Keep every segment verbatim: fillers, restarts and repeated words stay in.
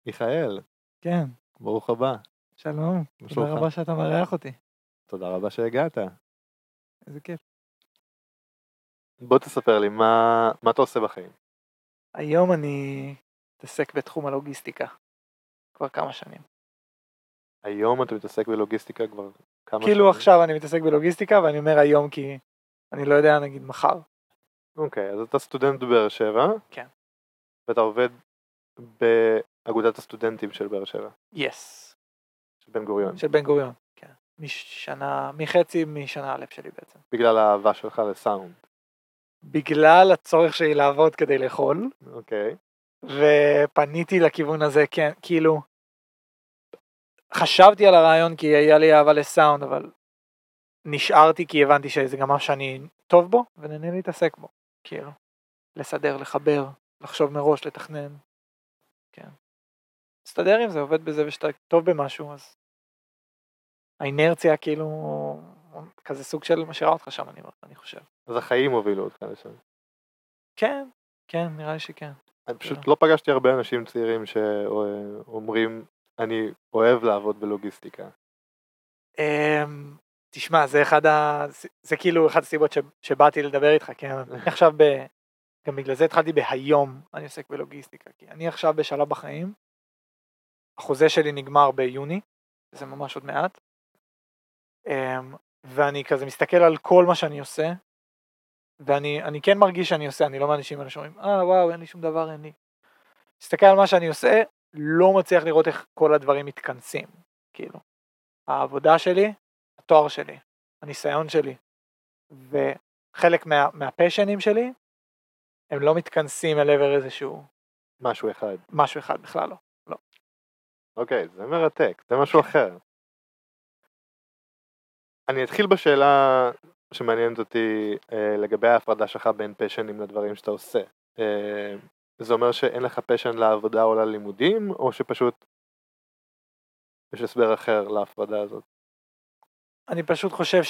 מיכאל, כן, ברוך הבא. שלום, מה תודה שלומך? רבה שאתה מארח אותי, תודה רבה שהגעת. איזה כיף. בוא תספר לי מה, מה אתה עושה בחיים. היום אני מתעסק בתחום הלוגיסטיקה, כבר כמה שנים. היום אתה מתעסק בלוגיסטיקה כבר כמה כאילו שנים. עכשיו אני מתעסק בלוגיסטיקה, ואני אומר היום כי אני לא יודע, נגיד מחר. אוקיי, אז אתה סטודנט בבאר שבע. כן. ואתה עובד באגודת הסטודנטים של באר שבע, יס. של בן גוריון. של בן גוריון, כן. משנה, מחצי משנה א' שלי בעצם. בגלל האהבה שלך לסאונד. בגלל הצורך שלי לעבוד כדי לאכול, אוקיי. ופניתי לכיוון הזה, כן, כאילו, חשבתי על הרעיון כי היה לי אהבה לסאונד, אבל נשארתי כי הבנתי שזה גם מה שאני טוב בו, ונהנה להתעסק בו, כאילו, לסדר, לחבר, לחשוב מראש, לתכנן, כן. מסתדר עם זה, עובד בזה ושאתה טוב במשהו, אז האינרציה כאילו, כזה סוג של משאירה אותך שם, אני, אני חושב. אז החיים הובילו אותך לשם. כן, כן, נראה לי שכן. אני פשוט לא פגשתי הרבה אנשים צעירים שאומרים, אני אוהב לעבוד בלוגיסטיקה. תשמע, זה אחד ה... זה כאילו אחד הסיבות שבאתי לדבר איתך, כן? עכשיו ב... גם בגלל זה התחלתי בהיום, אני עוסק בלוגיסטיקה, כי אני עכשיו בשלב בחיים, החוזה שלי נגמר ביוני, זה ממש עוד מעט, ואני כזה מסתכל על כל מה שאני עושה, ואני אני כן מרגיש שאני עושה, אני לא מאנשים האלה שאומרים, אה וואו, אין לי שום דבר, אין לי. מסתכל על מה שאני עושה, לא מצליח לראות איך כל הדברים מתכנסים, כאילו. העבודה שלי, התואר שלי, הניסיון שלי, וחלק מה, מהפשנים שלי, הם לא מתכנסים אל עבר איזשהו... משהו אחד. משהו אחד, בכלל לא. לא. אוקיי, זה מרתק, זה משהו אחר. אני אתחיל בשאלה שמעניינת אותי אה, לגבי ההפרדה שלך בין פשנים לדברים שאתה עושה. אה, זה אומר שאין לך פשן לעבודה או ללימודים, או שפשוט יש הסבר אחר להפרדה הזאת? אני פשוט חושב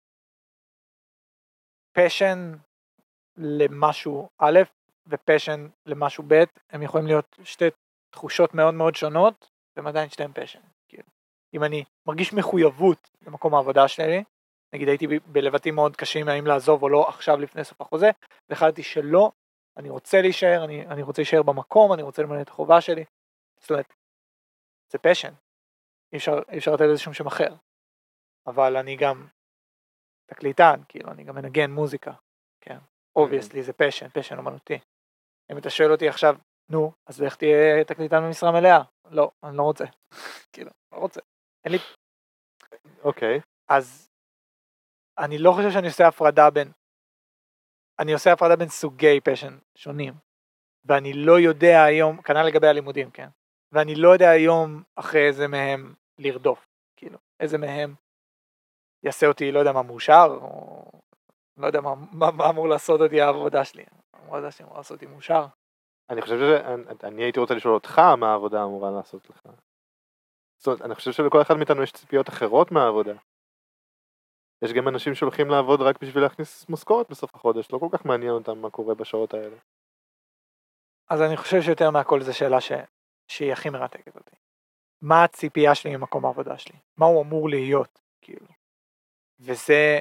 שפשן למשהו א' ופשן למשהו ב', הם יכולים להיות שתי תחושות מאוד מאוד שונות, והם עדיין שתיהם פשן. כאילו. אם אני מרגיש מחויבות למקום העבודה שלי, נגיד הייתי בלבטים מאוד קשים האם לעזוב או לא עכשיו לפני סוף החוזה, והחלטתי שלא, אני רוצה להישאר, אני, אני רוצה להישאר במקום, אני רוצה למלא את החובה שלי, זאת אומרת, זה פשן, אי אפשר, אי אפשר לתת לזה שום שם אחר, אבל אני גם תקליטן, כאילו, אני גם מנגן מוזיקה, כן, obviously זה פשן, פשן אומנותי. אם אתה שואל אותי עכשיו, נו, אז איך תהיה תקליטן במשרה מלאה? לא, אני לא רוצה, כאילו, לא רוצה, אין לי... אוקיי. אז אני לא חושב שאני עושה הפרדה בין, אני עושה הפרדה בין סוגי פשן שונים, ואני לא יודע היום, כנ"ל לגבי הלימודים, כן, ואני לא יודע היום אחרי איזה מהם לרדוף, כאילו, איזה מהם יעשה אותי, לא יודע מה, מאושר, או לא יודע מה, מה, מה אמור לעשות אותי העבודה שלי, העבודה שלי אמור לעשות אותי מאושר. אני חושב שאני הייתי רוצה לשאול אותך מה העבודה אמורה לעשות לך. זאת אומרת, אני חושב שלכל אחד מאיתנו יש ציפיות אחרות מהעבודה. יש גם אנשים שהולכים לעבוד רק בשביל להכניס משכורת בסוף החודש, לא כל כך מעניין אותם מה קורה בשעות האלה. אז אני חושב שיותר מהכל זו שאלה ש... שהיא הכי מרתקת אותי. מה הציפייה שלי ממקום העבודה שלי? מה הוא אמור להיות, כאילו? וזה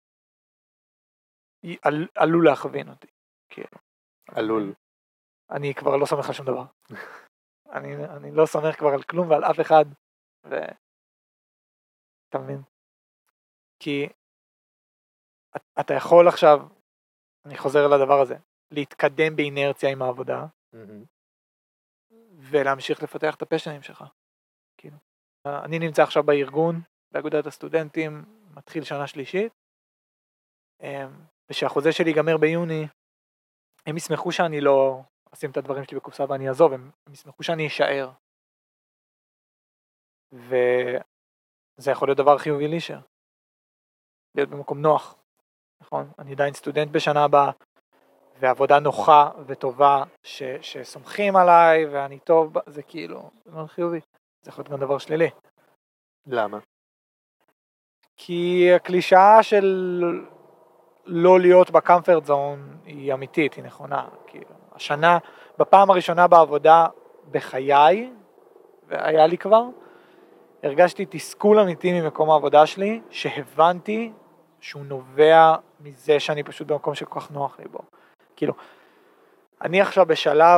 על... עלול להכווין אותי, כאילו. עלול. אני כבר לא סומך על שום דבר. אני, אני לא סומך כבר על כלום ועל אף אחד, ו... אתה מבין? כי אתה יכול עכשיו, אני חוזר על הדבר הזה, להתקדם באינרציה עם העבודה, Mm-hmm. ולהמשיך לפתח את הפשנים שלך. כאילו. אני נמצא עכשיו בארגון, באגודת הסטודנטים, מתחיל שנה שלישית, ושהחוזה שלי ייגמר ביוני, הם ישמחו שאני לא אשים את הדברים שלי בקופסה ואני אעזוב, הם, הם ישמחו שאני אשאר. וזה יכול להיות דבר חיובי להישאר. להיות במקום נוח, נכון? אני עדיין סטודנט בשנה הבאה, ועבודה נוחה וטובה, ש, שסומכים עליי, ואני טוב, זה כאילו, זה מאוד חיובי. זה יכול להיות גם דבר שלילי. למה? כי הקלישאה של לא להיות בקומפורט זון היא אמיתית, היא נכונה. כאילו, השנה, בפעם הראשונה בעבודה בחיי, והיה לי כבר, הרגשתי תסכול אמיתי ממקום העבודה שלי, שהבנתי שהוא נובע מזה שאני פשוט במקום שכל כך נוח לי בו. כאילו, אני עכשיו בשלב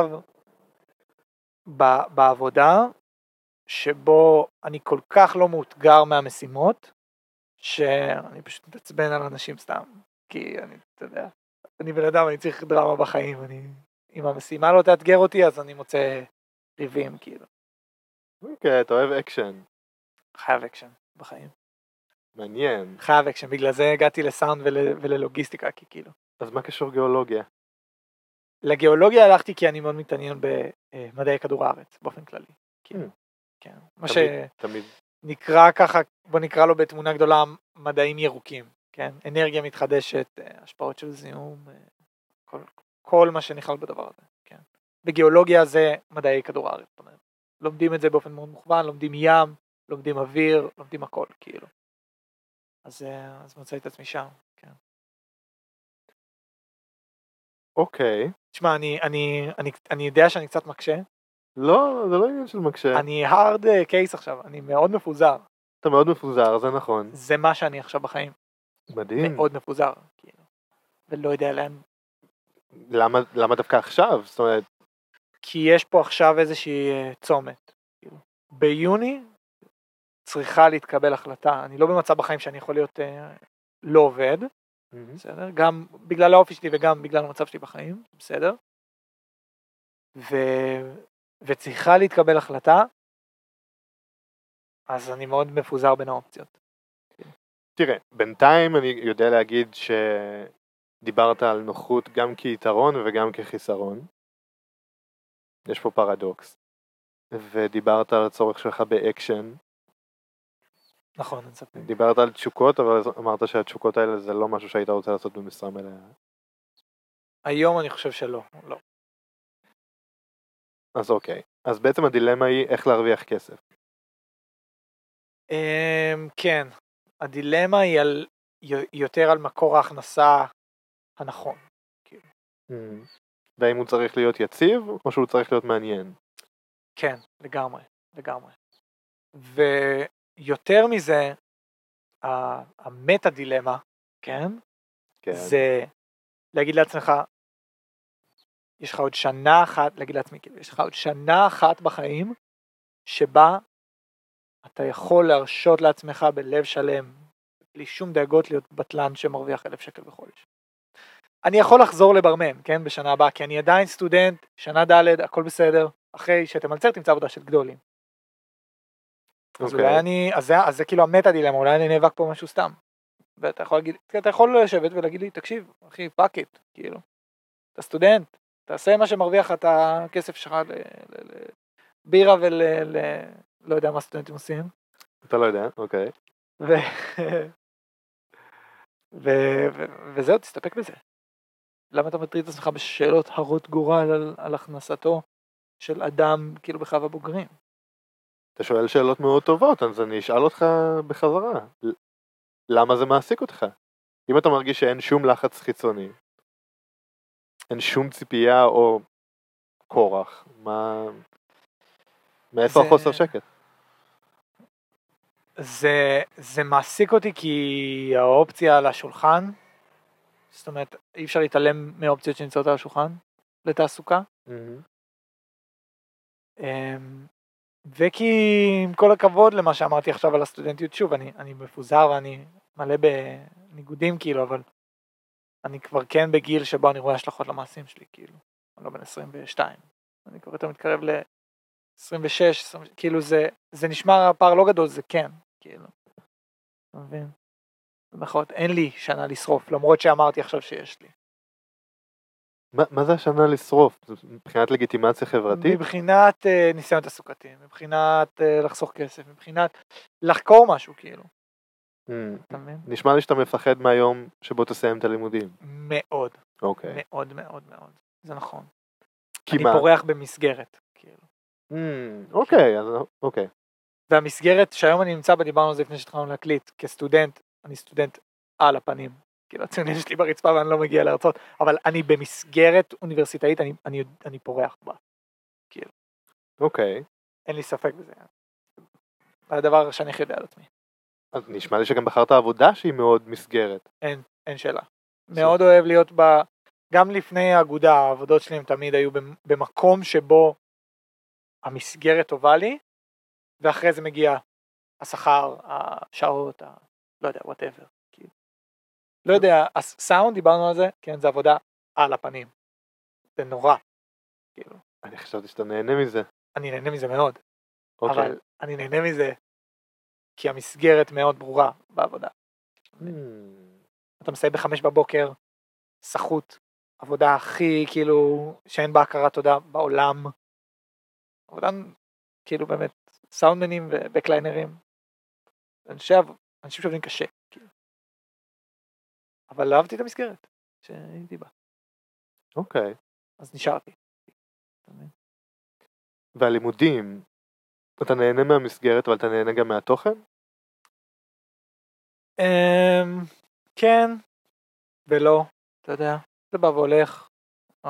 ב- בעבודה, שבו אני כל כך לא מאותגר מהמשימות, שאני פשוט מתעצבן על אנשים סתם, כי אני, אתה יודע, אני בן אדם, אני צריך דרמה בחיים, אני, אם המשימה לא תאתגר אותי, אז אני מוצא ריבים, כאילו. אוקיי, אתה אוהב אקשן. חייב אקשן בחיים. מעניין. חייב אקשן, בגלל זה הגעתי לסאונד ול, וללוגיסטיקה, כי כאילו. אז מה קשור גיאולוגיה? לגיאולוגיה הלכתי כי אני מאוד מתעניין במדעי כדור הארץ, באופן כללי. כאילו, Hmm. כן. מה תמיד, תמיד. שנקרא ככה, בוא נקרא לו בתמונה גדולה, מדעים ירוקים, כן? אנרגיה מתחדשת, השפעות של זיהום, כל, כל מה שנכלל בדבר הזה, כן? בגיאולוגיה זה מדעי כדור הארץ, זאת אומרת, לומדים את זה באופן מאוד מוכוון, לומדים ים, לומדים אוויר, לומדים הכל, כאילו. אז, אז מצא את עצמי שם, כן. אוקיי. תשמע, אני, אני, אני, אני יודע שאני קצת מקשה. לא, זה לא עניין של מקשה. אני hard case עכשיו, אני מאוד מפוזר. אתה מאוד מפוזר, זה נכון. זה מה שאני עכשיו בחיים. מדהים. מאוד מפוזר, כאילו. ולא יודע לאן. למה, למה דווקא עכשיו? זאת אומרת... כי יש פה עכשיו איזושהי צומת. כאילו. ביוני צריכה להתקבל החלטה. אני לא במצב בחיים שאני יכול להיות אה, לא עובד. Mm-hmm. בסדר? גם בגלל האופי שלי וגם בגלל המצב שלי בחיים. בסדר? ו... וצריכה להתקבל החלטה. אז אני מאוד מפוזר בין האופציות. תראה, בינתיים אני יודע להגיד שדיברת על נוחות גם כיתרון וגם כחיסרון. יש פה פרדוקס. ודיברת על הצורך שלך באקשן. נכון, אני ספק. דיברת על תשוקות, אבל אמרת שהתשוקות האלה זה לא משהו שהיית רוצה לעשות במשרה מלאה. היום אני חושב שלא, לא. אז אוקיי. אז בעצם הדילמה היא איך להרוויח כסף. Um, כן, הדילמה היא על, יותר על מקור ההכנסה הנכון. Mm. והאם הוא צריך להיות יציב, או שהוא צריך להיות מעניין? כן, לגמרי, לגמרי. ויותר מזה, המטה דילמה, כן? כן. זה להגיד לעצמך, יש לך עוד שנה אחת, להגיד לעצמי, כאילו, יש לך עוד שנה אחת בחיים, שבה אתה יכול להרשות לעצמך בלב שלם, בלי שום דאגות להיות בטלן שמרוויח אלף שקל בחודש. אני יכול לחזור לברמן, כן, בשנה הבאה, כי אני עדיין סטודנט, שנה ד', הכל בסדר, אחרי שתמלצר תמצא עבודה של גדולים. Okay. אז אולי אני, אז זה, אז זה כאילו המטה דילמה, אולי אני נאבק פה משהו סתם. ואתה יכול להגיד, אתה יכול לשבת ולהגיד לי, תקשיב, אחי, פאק איט, כאילו. אתה סטודנט, תעשה מה שמרוויח את הכסף שלך לבירה ול... ל... לא יודע מה סטודנטים עושים. אתה לא יודע, אוקיי. ו... ו... ו... וזהו, תסתפק בזה. למה אתה מטריד את עצמך בשאלות הרות גורל על, על הכנסתו של אדם כאילו בחו הבוגרים? אתה שואל שאלות מאוד טובות, אז אני אשאל אותך בחזרה. למה זה מעסיק אותך? אם אתה מרגיש שאין שום לחץ חיצוני, אין שום ציפייה או כורח, מה... מאיפה זה... החוסר שקט? זה, זה מעסיק אותי כי האופציה על השולחן, זאת אומרת, אי אפשר להתעלם מהאופציות שנמצאות על השולחן לתעסוקה. Mm-hmm. וכי עם כל הכבוד למה שאמרתי עכשיו על הסטודנטיות, שוב, אני, אני מפוזר ואני מלא בניגודים כאילו, אבל אני כבר כן בגיל שבו אני רואה השלכות למעשים שלי, כאילו. אני לא בן עשרים ושתיים. אני כבר יותר מתקרב ל-עשרים ושש, עשרים, כאילו זה, זה נשמע פער לא גדול, זה כן, כאילו. אתה מבין? במירכאות, אין לי שנה לשרוף, למרות שאמרתי עכשיו שיש לי. מה, מה זה השנה לשרוף? מבחינת לגיטימציה חברתית? מבחינת uh, ניסיון תעסוקתי, מבחינת uh, לחסוך כסף, מבחינת לחקור משהו, כאילו. Mm. נשמע לי שאתה מפחד מהיום שבו תסיים את הלימודים. מאוד. אוקיי. Okay. מאוד מאוד מאוד. זה נכון. כי אני מה? פורח במסגרת, כאילו. Mm, אוקיי, אז אוקיי. והמסגרת שהיום אני נמצא בה, דיברנו על זה לפני שהתחלנו להקליט, כסטודנט, אני סטודנט על הפנים. כאילו הציונים שלי ברצפה ואני לא מגיע לארצות, אבל אני במסגרת אוניברסיטאית, אני, אני, אני פורח בה. כאילו. אוקיי. אין לי ספק בזה. זה הדבר שאני הכי יודע על עצמי. אז נשמע לי שגם בחרת עבודה שהיא מאוד מסגרת. אין, אין שאלה. מאוד אוהב להיות ב... גם לפני האגודה, העבודות שלי הם תמיד היו במקום שבו המסגרת טובה לי, ואחרי זה מגיע השכר, השעות, ה... לא יודע, whatever. כאילו. לא יודע, הסאונד, דיברנו על זה, כן, זה עבודה על הפנים. זה נורא. כאילו. אני חשבתי שאתה נהנה מזה. אני נהנה מזה מאוד. אוקיי. אבל אני נהנה מזה כי המסגרת מאוד ברורה בעבודה. Hmm. אתה מסיים בחמש בבוקר, סחוט, עבודה הכי כאילו שאין בה הכרת תודה בעולם. עבודה כאילו באמת סאונדמנים ובקליינרים. אנשים שעובדים קשה. כאילו. אבל אהבתי את המסגרת שהייתי בה. אוקיי. אז נשארתי. והלימודים, אתה נהנה מהמסגרת אבל אתה נהנה גם מהתוכן? Um, כן ולא, אתה יודע, זה בא והולך. Uh,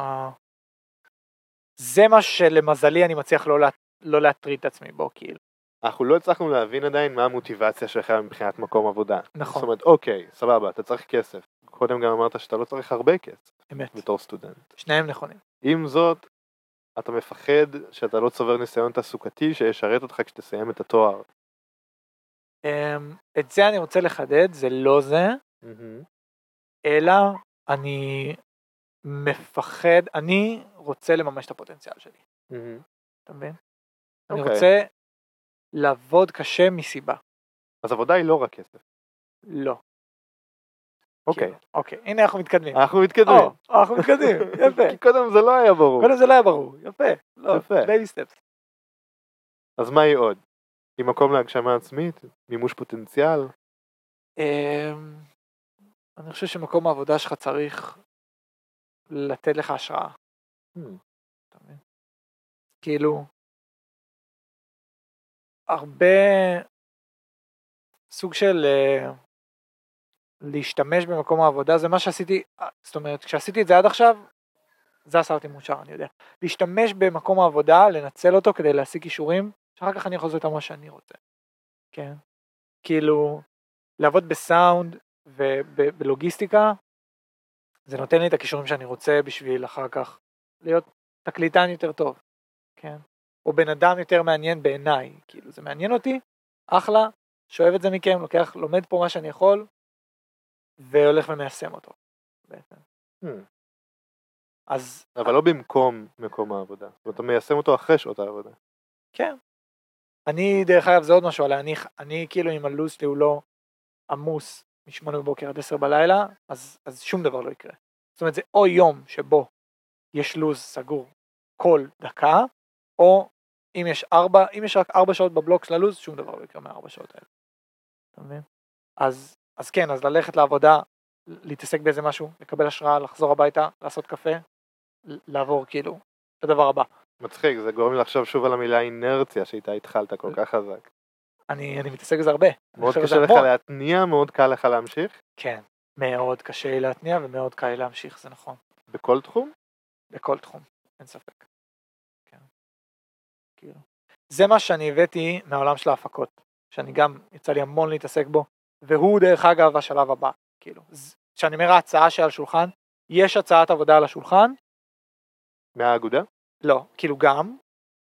זה מה שלמזלי אני מצליח לא, לה, לא להטריד את עצמי בו, כאילו. אנחנו לא הצלחנו להבין עדיין מה המוטיבציה שלך מבחינת מקום עבודה. נכון. זאת אומרת, אוקיי, סבבה, אתה צריך כסף. קודם גם אמרת שאתה לא צריך הרבה כסף. אמת. בתור סטודנט. שניהם נכונים. עם זאת, אתה מפחד שאתה לא צובר ניסיון תעסוקתי שישרת אותך כשתסיים את התואר. Um, את זה אני רוצה לחדד, זה לא זה, Mm-hmm. אלא אני מפחד, אני רוצה לממש את הפוטנציאל שלי. Mm-hmm. אתה מבין? אני אוקיי. רוצה לעבוד קשה מסיבה. אז עבודה היא לא רק כסף. לא. אוקיי. כאילו, אוקיי, הנה אנחנו מתקדמים. אנחנו מתקדמים. או, אנחנו מתקדמים, יפה. כי קודם זה לא היה ברור. קודם זה לא היה ברור, יפה. לא, יפה. בייבי סטפס. אז מה היא עוד? היא מקום להגשמה עצמית? מימוש פוטנציאל? אמ, אני חושב שמקום העבודה שלך צריך לתת לך השראה. Hmm. אתה מבין? כאילו, הרבה סוג של uh, להשתמש במקום העבודה, זה מה שעשיתי, זאת אומרת, כשעשיתי את זה עד עכשיו, זה עשה אותי מאושר, אני יודע. להשתמש במקום העבודה, לנצל אותו כדי להשיג אישורים, שאחר כך אני יכול לעשות את מה שאני רוצה. כן? כאילו, לעבוד בסאונד ובלוגיסטיקה, זה נותן לי את הכישורים שאני רוצה בשביל אחר כך להיות תקליטן יותר טוב. כן? או בן אדם יותר מעניין בעיניי. כאילו, זה מעניין אותי, אחלה, שואב את זה מכם, לוקח, לומד פה מה שאני יכול, והולך ומיישם אותו. בעצם. Hmm. אז... אבל לא במקום מקום העבודה. זאת אומרת, אתה מיישם אותו אחרי שעות העבודה. כן. אני, דרך אגב, זה עוד משהו, אני, אני כאילו, אם הלו"ז שלי הוא לא עמוס משמונה בבוקר עד עשר בלילה, אז, אז שום דבר לא יקרה. זאת אומרת, זה או יום שבו יש לו"ז סגור כל דקה, או אם יש ארבע, אם יש רק ארבע שעות בבלוק של הלו"ז, שום דבר לא יקרה מהארבע שעות האלה. אתה מבין? אז, אז כן, אז ללכת לעבודה, להתעסק באיזה משהו, לקבל השראה, לחזור הביתה, לעשות קפה, לעבור כאילו לדבר הבא. מצחיק, זה גורם לי לחשוב שוב על המילה אינרציה שאיתה התחלת כל כך חזק. אני, אני מתעסק בזה הרבה. מאוד קשה לך להתניע, מאוד קל לך להמשיך? כן, מאוד קשה לי להתניע ומאוד קל לי להמשיך, זה נכון. בכל תחום? בכל תחום, אין ספק. כן. כאילו. זה מה שאני הבאתי מהעולם של ההפקות, שאני גם יצא לי המון להתעסק בו, והוא דרך אגב השלב הבא. כאילו, כשאני אומר ההצעה שעל שולחן, יש הצעת עבודה על השולחן. מהאגודה? לא, כאילו גם.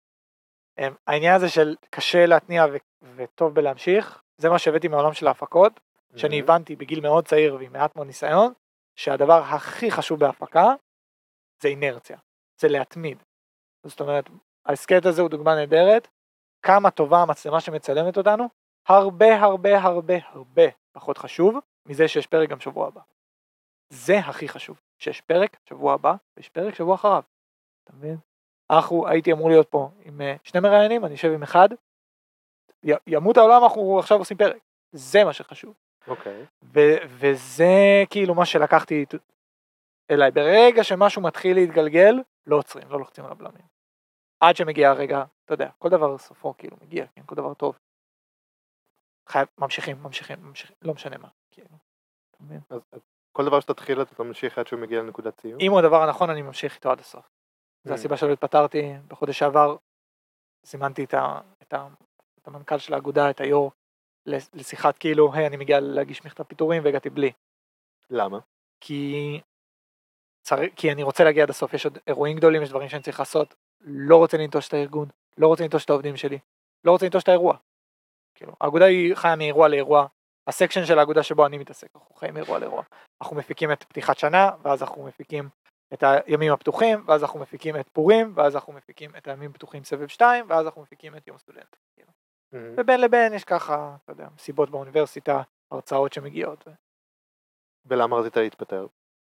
העניין הזה של קשה להתניע ו- וטוב בלהמשיך, זה מה שהבאתי מהעולם של ההפקות, mm-hmm. שאני הבנתי בגיל מאוד צעיר ועם מעט מאוד ניסיון, שהדבר הכי חשוב בהפקה, זה אינרציה, זה להתמיד. זאת אומרת, הסקט הזה הוא דוגמה נהדרת, כמה טובה המצלמה שמצלמת אותנו, הרבה הרבה הרבה הרבה פחות חשוב, מזה שיש פרק גם שבוע הבא. זה הכי חשוב, שיש פרק שבוע הבא, ויש פרק שבוע אחריו. אתה מבין? אנחנו, הייתי אמור להיות פה עם שני מראיינים, אני יושב עם אחד, י, ימות העולם, אנחנו עכשיו עושים פרק. זה מה שחשוב. אוקיי. ו- וזה כאילו מה שלקחתי אליי. ברגע שמשהו מתחיל להתגלגל, לא עוצרים, לא לוחצים על הבלמים. עד שמגיע הרגע, אתה יודע, כל דבר סופו כאילו מגיע, כן, כל דבר טוב. חייב, ממשיכים, ממשיכים, ממשיכים, לא משנה מה, כאילו. אתה מבין? אז, אז כל דבר שתתחיל אתה ממשיך עד שהוא מגיע לנקודת סיום? אם הוא הדבר הנכון, אני ממשיך איתו עד הסוף. זו הסיבה שלא התפטרתי בחודש שעבר, זימנתי את, ה, את, ה, את המנכ"ל של האגודה, את היו"ר, לשיחת כאילו, היי, אני מגיע להגיש מכתב פיטורים והגעתי בלי. למה? כי, צר... כי אני רוצה להגיע עד הסוף, יש עוד אירועים גדולים, יש דברים שאני צריך לעשות, לא רוצה לנטוש את הארגון, לא רוצה לנטוש את העובדים שלי, לא רוצה לנטוש את האירוע. כאילו, האגודה היא חיה מאירוע לאירוע, הסקשן של האגודה שבו אני מתעסק, אנחנו חיים מאירוע לאירוע. אנחנו מפיקים את פתיחת שנה, ואז אנחנו מפיקים את הימים הפתוחים, ואז אנחנו מפיקים את פורים, ואז אנחנו מפיקים את הימים פתוחים סבב שתיים, ואז אנחנו מפיקים את יום סטודנט. כאילו. Mm-hmm. ובין לבין יש ככה, אתה יודע, מסיבות באוניברסיטה, הרצאות שמגיעות. ו... ולמה רצית להתפטר?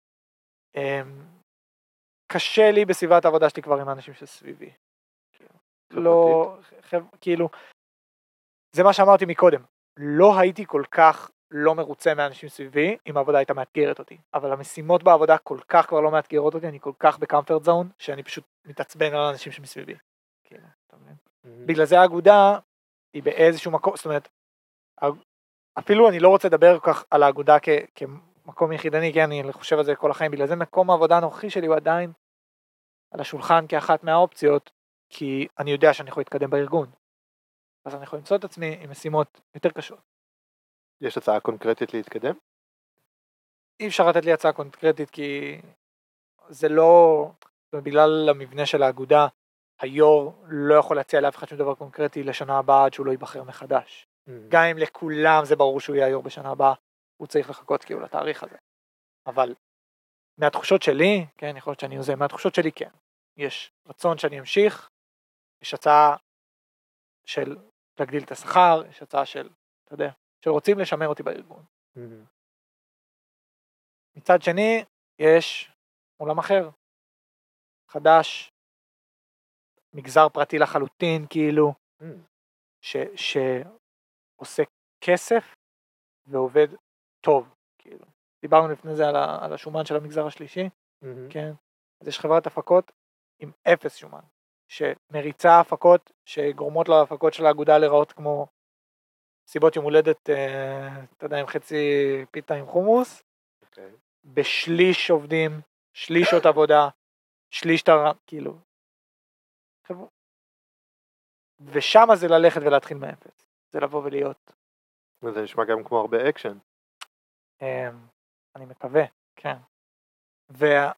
קשה לי בסביבת העבודה שלי כבר עם האנשים שסביבי. לא, כאילו, זה מה שאמרתי מקודם, לא הייתי כל כך לא מרוצה מהאנשים סביבי, אם העבודה הייתה מאתגרת אותי, אבל המשימות בעבודה כל כך כבר לא מאתגרות אותי, אני כל כך בקומפורט זון, שאני פשוט מתעצבן על האנשים שמסביבי. כאילו, אתה מבין? Mm-hmm. בגלל זה האגודה היא באיזשהו מקום, זאת אומרת, אפילו אני לא רוצה לדבר כל כך על האגודה כ- כמקום יחידני, כי אני חושב על זה כל החיים, בגלל זה מקום העבודה הנוכחי שלי הוא עדיין על השולחן כאחת מהאופציות, כי אני יודע שאני יכול להתקדם בארגון. אז אני יכול למצוא את עצמי עם משימות יותר קשות. יש הצעה קונקרטית להתקדם? אי אפשר לתת לי הצעה קונקרטית, כי זה לא, בגלל המבנה של האגודה, היו"ר לא יכול להציע לאף אחד שום דבר קונקרטי לשנה הבאה, עד שהוא לא ייבחר מחדש. Mm. גם אם לכולם זה ברור שהוא יהיה היו"ר בשנה הבאה, הוא צריך לחכות כאילו לתאריך הזה. אבל מהתחושות שלי, כן, יכול להיות שאני עוזר, מהתחושות שלי כן. יש רצון שאני אמשיך, יש הצעה של להגדיל את השכר, יש הצעה של, אתה יודע, שרוצים לשמר אותי בארגון. Mm-hmm. מצד שני, יש עולם אחר, חדש, מגזר פרטי לחלוטין, כאילו, mm-hmm. ש, שעושה כסף ועובד טוב, כאילו. דיברנו לפני זה על, ה, על השומן של המגזר השלישי, mm-hmm. כן? אז יש חברת הפקות עם אפס שומן, שמריצה הפקות שגורמות להפקות של האגודה לראות כמו סיבות יום הולדת, אה, אתה יודע, עם חצי פיתה עם חומוס, okay. בשליש עובדים, שליש שעות עבודה, שליש תרם, כאילו. ושם זה ללכת ולהתחיל מאפס, זה לבוא ולהיות. וזה נשמע גם כמו הרבה אקשן. אה, אני מקווה, כן. וה...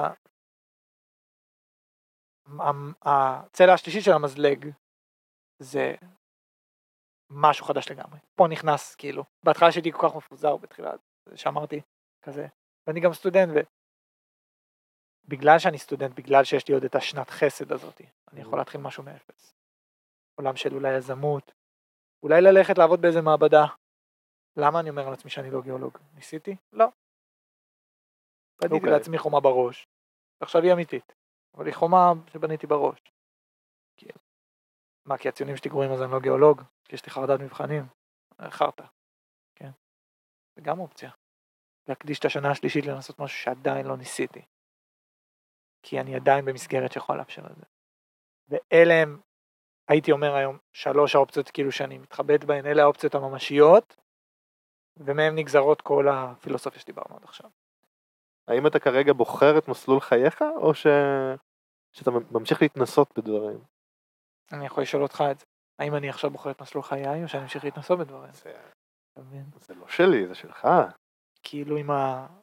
הצלע השלישית של המזלג זה משהו חדש לגמרי. פה נכנס כאילו, בהתחלה שהייתי כל כך מפוזר בתחילה, שאמרתי כזה, ואני גם סטודנט, ובגלל שאני סטודנט, בגלל שיש לי עוד את השנת חסד הזאת, אני יכול להתחיל משהו מאפס. עולם של אולי יזמות, אולי ללכת לעבוד באיזה מעבדה. למה אני אומר על עצמי שאני לא גיאולוג? ניסיתי? לא. בניתי okay. לעצמי חומה בראש, ועכשיו היא אמיתית. אבל היא חומה שבניתי בראש. כי... מה, כי הציונים שלי גרועים אז אני לא גיאולוג? כי יש לי חרדת מבחנים? חרטה. כן. זה גם אופציה. להקדיש את השנה השלישית לנסות משהו שעדיין לא ניסיתי. כי אני עדיין במסגרת שיכולה לאפשר את זה. ואלה הם, הייתי אומר היום, שלוש האופציות כאילו שאני מתחבט בהן, אלה האופציות הממשיות, ומהם נגזרות כל הפילוסופיה שדיברנו עד עכשיו. האם אתה כרגע בוחר את מסלול חייך, או ש... שאתה ממשיך להתנסות בדברים? אני יכול לשאול אותך את זה. האם אני עכשיו בוחר את מסלול חיי, או שאני ממשיך להתנסות בדברים? זה, זה לא שלי, זה שלך. כאילו אם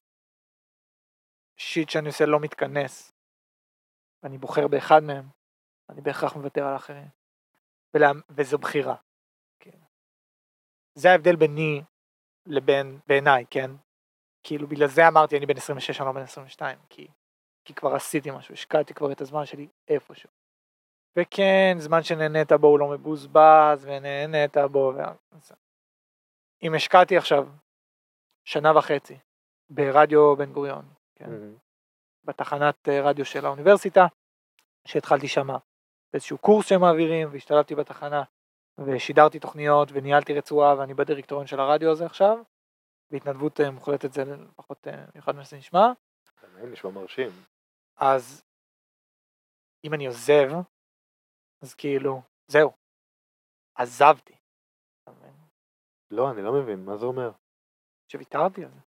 השיט שאני עושה לא מתכנס, ואני בוחר באחד מהם, אני בהכרח מוותר על האחרים. ולה... וזו בחירה. כן. זה ההבדל ביני לבין, בעיניי, כן? כאילו בגלל זה אמרתי אני בן עשרים ושש, אני לא בן עשרים ושתיים, כי, כי כבר עשיתי משהו, השקעתי כבר את הזמן שלי איפשהו. וכן, זמן שנהנית בו הוא לא מבוזבז, ונהנית בו, ו... אם השקעתי עכשיו שנה וחצי ברדיו בן גוריון, כן? Mm-hmm. בתחנת רדיו של האוניברסיטה, שהתחלתי שמה באיזשהו קורס שהם מעבירים, והשתלבתי בתחנה, ושידרתי תוכניות, וניהלתי רצועה, ואני בדירקטוריון של הרדיו הזה עכשיו, בהתנדבות מוחלטת זה לפחות מיוחד מה שזה נשמע. זה נשמע מרשים. אז אם אני עוזב, אז כאילו, זהו, עזבתי. לא, אני לא מבין, מה זה אומר? שוויתרתי על זה.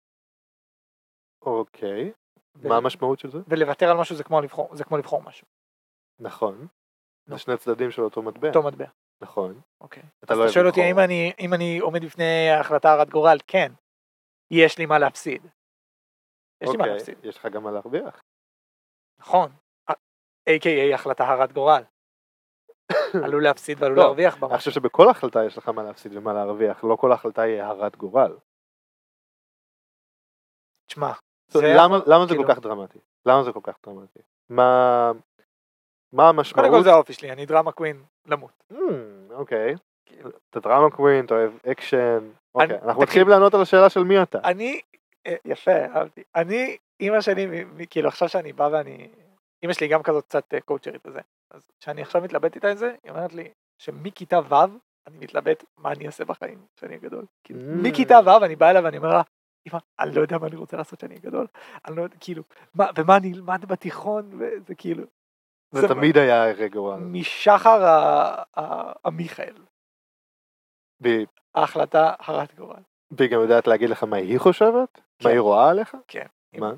אוקיי, ו... מה המשמעות של זה? ולוותר על משהו זה כמו לבחור, זה כמו לבחור משהו. נכון. זה שני צדדים של אותו מטבע. אותו מטבע. נכון. אוקיי. אתה אז לא אתה שואל אוהב אותי, לבחור. אם אני, אם אני עומד בפני החלטה הרת גורל, כן. יש לי מה להפסיד. יש לי מה אוקיי, להפסיד. יש לך גם מה להרוויח. נכון. איי קיי איי החלטה הרת גורל. עלול להפסיד ועלול לא, להרוויח בה. אני חושב שבכל החלטה יש לך מה להפסיד ומה להרוויח, לא כל החלטה היא הרת גורל. תשמע, זאת אומרת, זה למה, יכול- למה זה כאילו- כל כך דרמטי? למה זה כל כך דרמטי? מה, מה המשמעות? קודם כל זה האופי שלי, אני דרמה קווין למות. Hmm, אוקיי. כאילו. אתה דרמה קווין, אתה אוהב אקשן. אוקיי, אנחנו תקשיב. מתחילים לענות על השאלה של מי אתה. אני, אה, יפה, אהבתי. אני, אמא שלי, מ- מ- כאילו עכשיו שאני בא ואני, אמא שלי גם כזאת קצת אה, קואוצ'רית וזה, אז כשאני עכשיו מתלבט איתה את זה, היא אומרת לי שמכיתה ו' אני מתלבט מה אני אעשה בחיים כשאני אהיה גדול. כאילו, Mm. מכיתה ו' אני בא אליה ואני אומר לה, אמא, אני לא יודע מה אני רוצה לעשות כשאני אהיה גדול, אני לא יודע, כאילו, מה, ומה אני אלמד בתיכון, וזה כאילו, זה זה תמיד היה הרי גורל. משחר ה- ה- המיכאל, והיא ההחלטה הרת גורל. והיא גם יודעת להגיד לך מה היא חושבת? מה היא רואה עליך? כן. מה?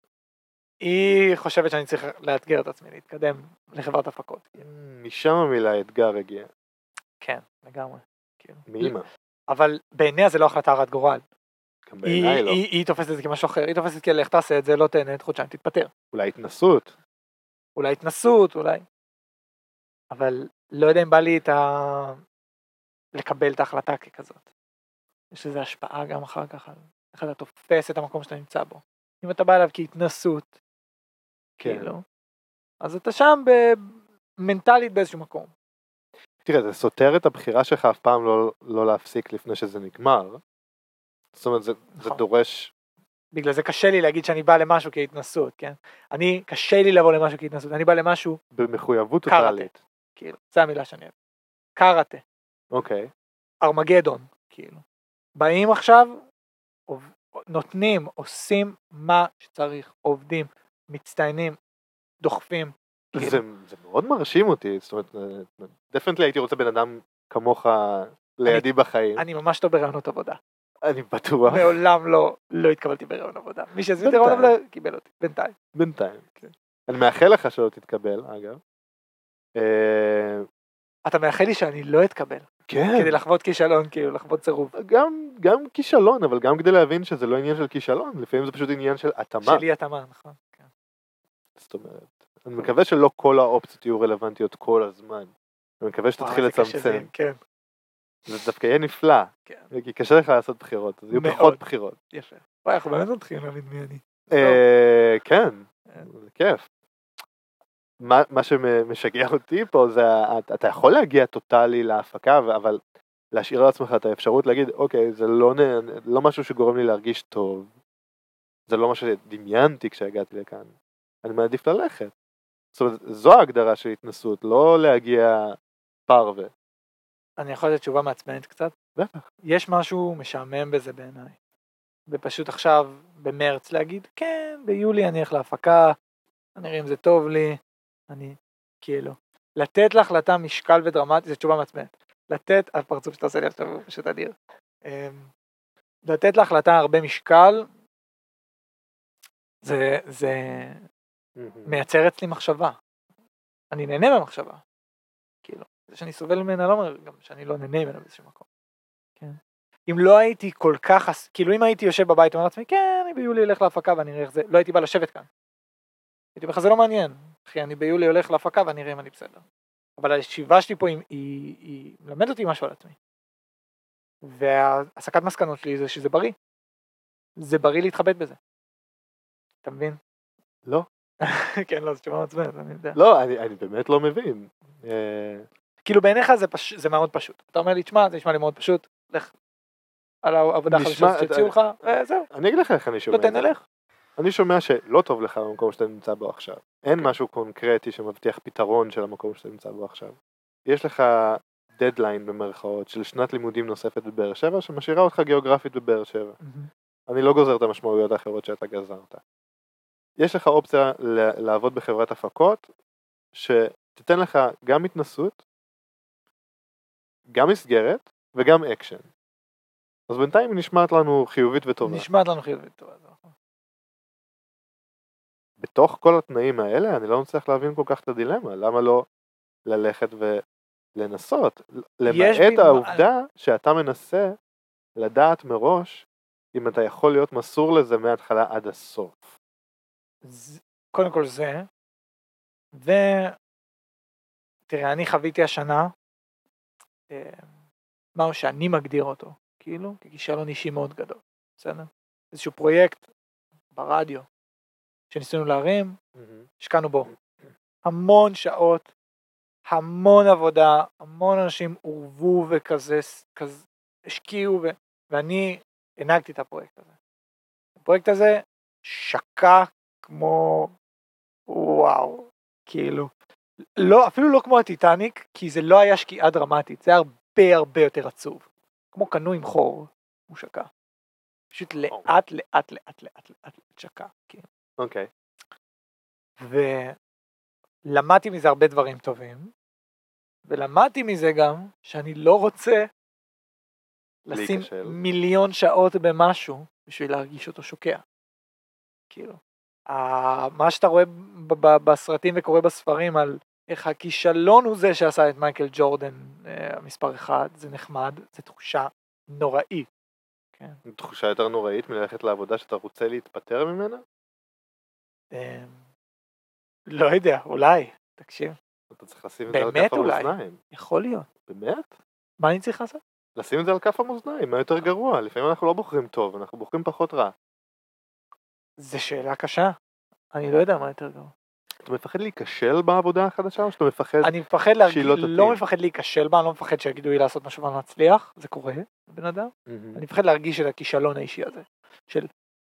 היא חושבת שאני צריך לאתגר את עצמי, להתקדם לחברת הפקות. משם המילה אתגר הגיע. כן, לגמרי. כאילו. מאמא. אבל בעיניה זה לא החלטה הרת גורל. גם היא, בעיניי לא. היא, היא תופסת את זה כמשהו אחר, היא תופסת כאילו, איך תעשה את זה, לא תהנה, חודשיים תתפטר. אולי התנסות. אולי התנסות, אולי. אבל לא יודע אם בא לי את ה... לקבל את ההחלטה ככזאת. יש לזה השפעה גם אחר כך על איך אתה תופס את המקום שאתה נמצא בו. אם אתה בא אליו כהתנסות, כן. כאילו, אז אתה שם מנטלית באיזשהו מקום. תראה, זה סותר את הבחירה שלך אף פעם לא, לא להפסיק לפני שזה נגמר. זאת אומרת, זה, זה נכון. דורש... בגלל זה קשה לי להגיד שאני בא למשהו כהתנסות, כן? אני, קשה לי לבוא למשהו כהתנסות, אני בא למשהו, במחויבות קראטה. טוטלית. כאילו, זה המילה שאני אוהב. קראטה, אוקיי. ארמגדון, כאילו. באים עכשיו, עוב- נותנים, עושים מה שצריך, עובדים, מצטיינים, דוחפים. כאילו. זה, זה מאוד מרשים אותי, זאת אומרת, דפנטלי הייתי רוצה בן אדם כמוך לידי בחיים. אני ממש טוב ברעיונות עבודה. אני בטוח. מעולם לא, לא התקבלתי ברעיון עבודה. מי שהזמין את בינתיים. הרעיון עבודה, קיבל אותי, בינתיים. בינתיים. אני מאחל לך שלא תתקבל, אגב. אה, אתה מאחל לי שאני לא אתקבל, כן. כדי לחוות כישלון, כאילו, לחוות סירוב. גם, גם כישלון, אבל גם כדי להבין שזה לא עניין של כישלון, לפעמים זה פשוט עניין של התאמה. שלי התאמה, נכון. כן. זאת אומרת, אני מקווה שלא כל האופציות יהיו רלוונטיות כל הזמן. אני מקווה שתתחיל וואו, איזה קשה זה, לצמצם. כן, זה דווקא יהיה נפלא. כן. כי קשה לך לעשות בחירות, אז יהיו מאוד. פחות בחירות. יפה. וואי, אנחנו באמת מתחילים להבין מי אני. אה, כן, כן. זה כיף. מה, מה שמשגע אותי פה זה, אתה, אתה יכול להגיע טוטלי להפקה, אבל להשאיר לעצמך את האפשרות להגיד, אוקיי, זה לא, לא משהו שגורם לי להרגיש טוב, זה לא מה שדמיינתי כשהגעתי לכאן, אני מעדיף ללכת. זאת אומרת, זו ההגדרה של התנסות, לא להגיע פרווה. אני יכול לתת תשובה מעצבנת קצת? בטח. יש משהו משעמם בזה בעיניי. ופשוט עכשיו, במרץ להגיד, כן, ביולי אני אלך להפקה, אני אראה אם זה טוב לי, אני, כאילו, לתת להחלטה משקל ודרמטי, זו תשובה מעצבנת. לתת, הפרצוף שאתה עושה לי עכשיו הוא פשוט אדיר. לתת להחלטה הרבה משקל, זה, זה מייצר אצלי מחשבה. אני נהנה מהמחשבה. כאילו, זה שאני סובל ממנה לא אומר גם שאני לא נהנה ממנה באיזשהו מקום. כן. אם לא הייתי כל כך, כאילו אם הייתי יושב בבית ואומר לעצמי, כן, אני ביולי הולך להפקה ואני אראה איך זה, לא הייתי בא לשבת כאן. הייתי אומר לך, זה לא מעניין. אחי, אני ביולי הולך להפקה ואני אראה אם אני בסדר. אבל הישיבה שלי פה היא, היא, היא מלמד אותי משהו על עצמי. והסקת מסקנות שלי זה שזה בריא. זה בריא להתחבט בזה. אתה מבין? לא. כן, לא, זה תשובה מעצבנת, אני יודע. לא, אני, אני באמת לא מבין. כאילו בעיניך זה, פש... זה מאוד פשוט. אתה אומר לי, תשמע, זה נשמע לי מאוד פשוט, לך על העבודה נשמע- החדשה שהציעו לך, וזהו, אני אגיד לך איך אני שומע לא את זה. תנלך. אני שומע שלא טוב לך במקום שאתה נמצא בו עכשיו. אין משהו קונקרטי שמבטיח פתרון של המקום שאתה נמצא בו עכשיו. יש לך דדליין במרכאות של שנת לימודים נוספת בבאר שבע, שמשאירה אותך גיאוגרפית בבאר שבע. אני לא גוזר את המשמעויות האחרות שאתה גזרת. יש לך אופציה ל- לעבוד בחברת הפקות, שתיתן לך גם התנסות, גם מסגרת, וגם אקשן. אז בינתיים היא נשמעת לנו חיובית וטובה. נשמעת לנו חיובית טובה. זה נכון. בתוך כל התנאים האלה, אני לא מצליח להבין כל כך את הדילמה. למה לא ללכת ולנסות, יש למעט בי- העובדה שאתה מנסה לדעת מראש אם אתה יכול להיות מסור לזה מההתחלה עד הסוף. ז- קודם כל זה, ו... תראה, אני חוויתי השנה, אה, משהו שאני מגדיר אותו, כאילו, ככישלון אישי מאוד גדול, בסדר? איזשהו פרויקט ברדיו, שניסינו להרים, השקענו בו המון שעות, המון עבודה, המון אנשים עורבו וכזה, כזה, השקיעו, ו... ואני הנהגתי את הפרויקט הזה. הפרויקט הזה שקע כמו, וואו, כאילו, לא, אפילו לא כמו הטיטניק, כי זה לא היה שקיעה דרמטית, זה היה הרבה הרבה יותר עצוב. כמו קנו עם חור, הוא שקע. פשוט לאט לאט לאט לאט לאט שקע. אוקיי. ולמדתי מזה הרבה דברים טובים, ולמדתי מזה גם שאני לא רוצה לשים להיכשל. מיליון שעות במשהו בשביל להרגיש אותו שוקע. כאילו, ה- מה שאתה רואה ב- ב- בסרטים וקורא בספרים על איך הכישלון הוא זה שעשה את מייקל ג'ורדן אה, המספר אחד, זה נחמד, זה תחושה נוראית. כן. תחושה יותר נוראית מללכת לעבודה שאתה רוצה להתפטר ממנה? אה, לא יודע, אולי, תקשיב, אתה צריך לשים את זה על באמת כף אולי, המאזניים. יכול להיות. באמת? מה אני צריך לעשות? לשים את זה על כף המאזניים, מה יותר גרוע? לפעמים אנחנו לא בוחרים טוב, אנחנו בוחרים פחות רע. זו שאלה קשה, אני לא יודע מה יותר גרוע. אתה מפחד להיכשל בעבודה החדשה או שאתה מפחד אני מפחד להרגיש, שהיא לא תתאים? לא מפחד להיכשל בה, אני לא מפחד שיגידו לי לעשות משהו ואני לא מצליח, זה קורה, בן אדם. מהמם. אני מפחד להרגיש את הכישלון האישי הזה, של,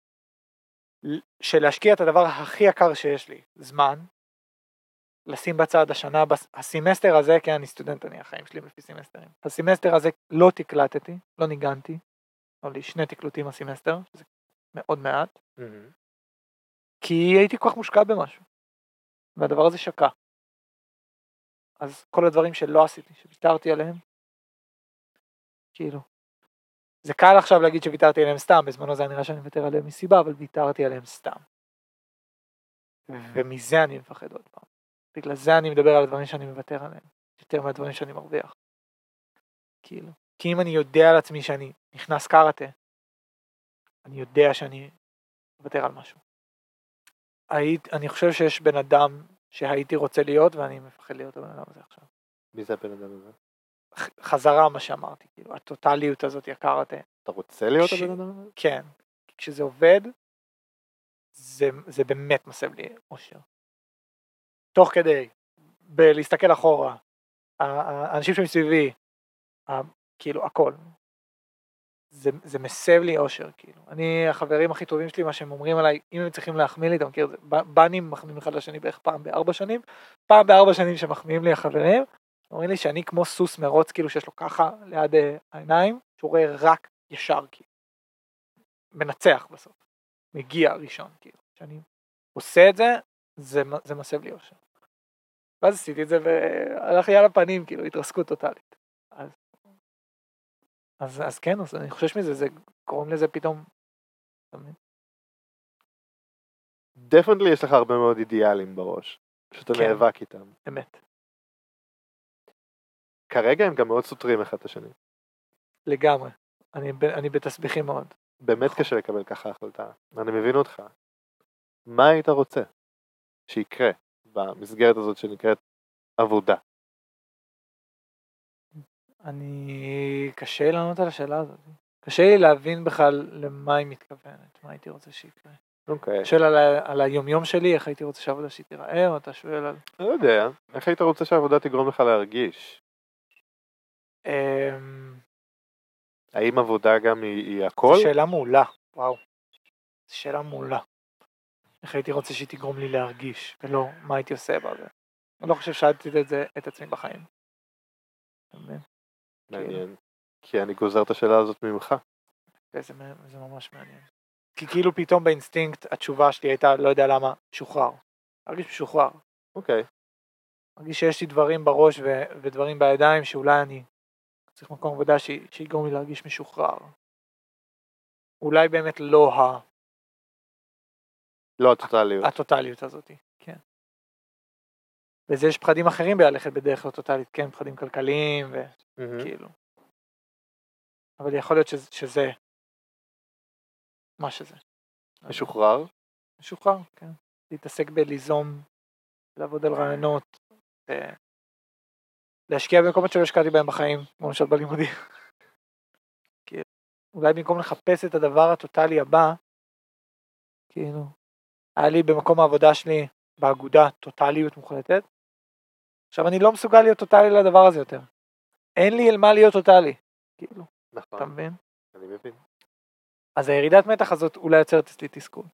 של להשקיע את הדבר הכי יקר שיש לי, זמן, לשים בצד השנה, בס- הסמסטר הזה, כי אני סטודנט, אני החיים שלי לפי סמסטרים, הסמסטר הזה לא תקלטתי, לא ניגנתי, היו לי שני תקלוטים הסמסטר, שזה מאוד מעט, מהמם. כי הייתי כל כך מושקע במשהו, והדבר הזה שקע. אז כל הדברים שלא עשיתי, שוויתרתי עליהם, כאילו, זה קל עכשיו להגיד שוויתרתי עליהם סתם, בזמנו זה נראה שאני מוותר עליהם מסיבה, אבל ויתרתי עליהם סתם. ומזה אני מפחד עוד פעם. בגלל זה אני מדבר על הדברים שאני מוותר עליהם, יותר מהדברים שאני מרוויח. כאילו, כי אם אני יודע על עצמי שאני נכנס קראטה, אני יודע שאני מוותר על משהו. היית, אני חושב שיש בן אדם שהייתי רוצה להיות, ואני מפחד להיות הבן אדם הזה עכשיו. מי זה הבן אדם הזה? ח- חזרה מה שאמרתי, כאילו, הטוטליות הזאת הקראטה. אתה רוצה להיות כש- הבן אדם הזה? כן, כי כשזה עובד, זה, זה באמת מסב לי אושר. תוך כדי, בלהסתכל אחורה, ה- ה- האנשים שמסביבי, ה- כאילו הכל, זה, זה מסב לי אושר, כאילו. אני, החברים הכי טובים שלי, מה שהם אומרים עליי, אם הם צריכים להחמיא לי, אתה מכיר את זה, ב- בנים מחמיאים אחד לשני בערך פעם בארבע שנים, פעם בארבע שנים שמחמיאים לי החברים, אומרים לי שאני כמו סוס מרוץ, כאילו שיש לו ככה ליד אה, העיניים, שהוא רואה רק ישר, כאילו. מנצח בסוף, מגיע ראשון, כאילו. כשאני עושה את זה, זה, זה מסב לי אושר. ואז עשיתי את זה והלך לי על הפנים, כאילו, התרסקות טוטלית. אז, אז, אז כן, אז אני חושש מזה, זה קוראים לזה פתאום. דפנטלי יש לך הרבה מאוד אידיאלים בראש, שאתה כן. נאבק איתם. אמת. כרגע הם גם מאוד סותרים אחד את השני. לגמרי. אני, ב- אני בתסביכים מאוד. באמת נכון. קשה לקבל ככה החלטה. אני מבין אותך. מה היית רוצה שיקרה במסגרת הזאת שנקראת עבודה? אני, קשה לי לענות על השאלה הזאת. קשה לי להבין בכלל למה היא מתכוונת, מה הייתי רוצה שיקרה. אוקיי. אתה שואל על, ה- על היומיום שלי, איך הייתי רוצה שהעבודה שלי תיראה, או אתה שואל על... לא יודע, איך היית רוצה שהעבודה תגרום לך להרגיש? אמ, האם עבודה גם היא, היא הכל? זו שאלה מעולה, וואו. זו שאלה מעולה. איך הייתי רוצה שהיא תגרום לי להרגיש, ולא מה הייתי עושה בה. ו- אני לא חושב שאלתי את זה, את עצמי בחיים. אתה מבין? מעניין. כי אני גוזר את השאלה הזאת ממך. וזה מ- זה ממש מעניין. כי כאילו פתאום באינסטינקט התשובה שלי הייתה, לא יודע למה, שוחרר. להרגיש משוחרר. אוקיי. להרגיש שיש לי דברים בראש ו- ודברים בידיים שאולי אני צריך מקום עבודה ש- שיגרום לי להרגיש משוחרר. אולי באמת לא ה- לא הטוטליות. הטוטליות הזאת. כן. וזה יש פחדים אחרים בללכת בדרך לא טוטלית, כן, פחדים כלכליים וכאילו. אבל יכול להיות שזה, שזה מה שזה. משוחרר? משוחרר, כן. להתעסק בליזום, לעבוד על רעיונות, להשקיע במקומות שלא השקעתי בהם בחיים, כמו למשל בלימודים. כאילו, אולי במקום לחפש את הדבר הטוטלי הבא, כאילו, היה לי במקום העבודה שלי, באגודה, טוטליות מוחלטת. עכשיו אני לא מסוגל להיות טוטלי לדבר הזה יותר. אין לי אל מה להיות טוטלי. כאילו, נכון. אתה מבין? אני מבין. אז הירידת מתח הזאת אולי יוצרת אצלי תסכול.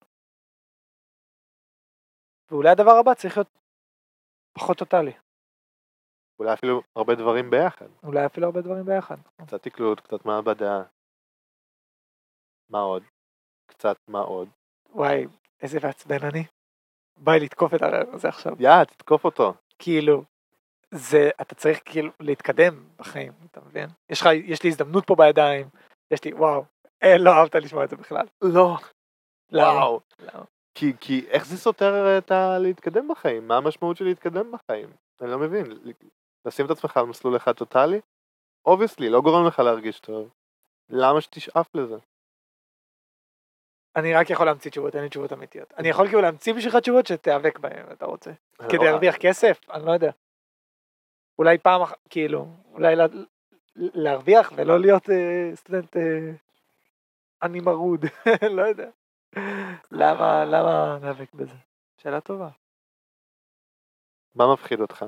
ואולי הדבר הבא צריך להיות פחות טוטלי. אולי אפילו הרבה דברים ביחד. אולי אפילו הרבה דברים ביחד. קצת תקלוט, קצת מעבדה. מה עוד? קצת מה עוד? וואי, איזה מעצבן אני. ביי לתקוף את הרעיון הזה עכשיו. יא, תתקוף אותו. כאילו, זה, אתה צריך כאילו להתקדם בחיים, אתה מבין? יש לך, יש לי הזדמנות פה בידיים, יש לי, וואו, אה, לא אהבת לשמוע את זה בכלל. לא. וואו. לא. כי, כי איך זה סותר את ה... להתקדם בחיים? מה המשמעות של להתקדם בחיים? אני לא מבין. לשים את עצמך על מסלול אחד טוטלי? obviously, לא גורם לך להרגיש טוב. למה שתשאף לזה? אני רק יכול להמציא תשובות, אין לי תשובות אמיתיות. אני יכול כאילו להמציא בשבילך תשובות שתיאבק בהן, אתה רוצה. כדי להרוויח כסף? אני לא יודע. אולי פעם אחת, כאילו, אולי להרוויח ולא להיות סטודנט אני מרוד, לא יודע. למה, למה להיאבק בזה? שאלה טובה. מה מפחיד אותך?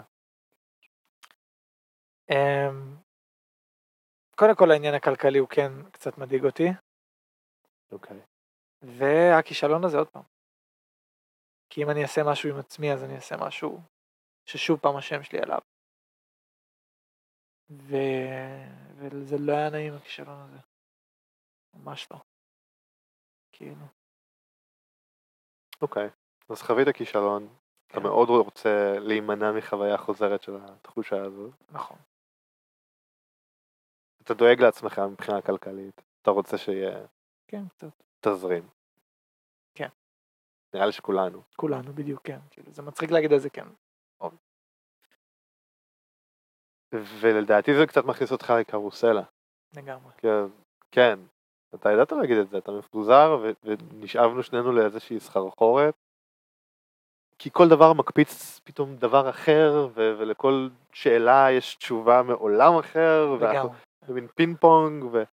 קודם כל העניין הכלכלי הוא כן קצת מדאיג אותי. אוקיי. והכישלון הזה עוד פעם. כי אם אני אעשה משהו עם עצמי, אז אני אעשה משהו ששוב פעם השם שלי עליו. ו... וזה לא היה נעים הכישלון הזה. ממש לא. כאילו. אוקיי. אז חווית הכישלון. כן. אתה מאוד רוצה להימנע מחוויה חוזרת של התחושה הזאת. נכון. אתה דואג לעצמך מבחינה כלכלית. אתה רוצה שיהיה... כן, קצת. תזרים. כן. נראה לי שכולנו. כולנו, בדיוק, כן. כאילו, זה מצחיק להגיד על זה, כן. ולדעתי זה קצת מכניס אותך לקרוסלה. לגמרי. כן, אתה ידעת להגיד את זה, אתה מפוזר ונשאבנו שנינו לאיזושהי סחרחורת, כי כל דבר מקפיץ פתאום דבר אחר, ו- ולכל שאלה יש תשובה מעולם אחר, לגמרי. ומין פינג פונג, ו...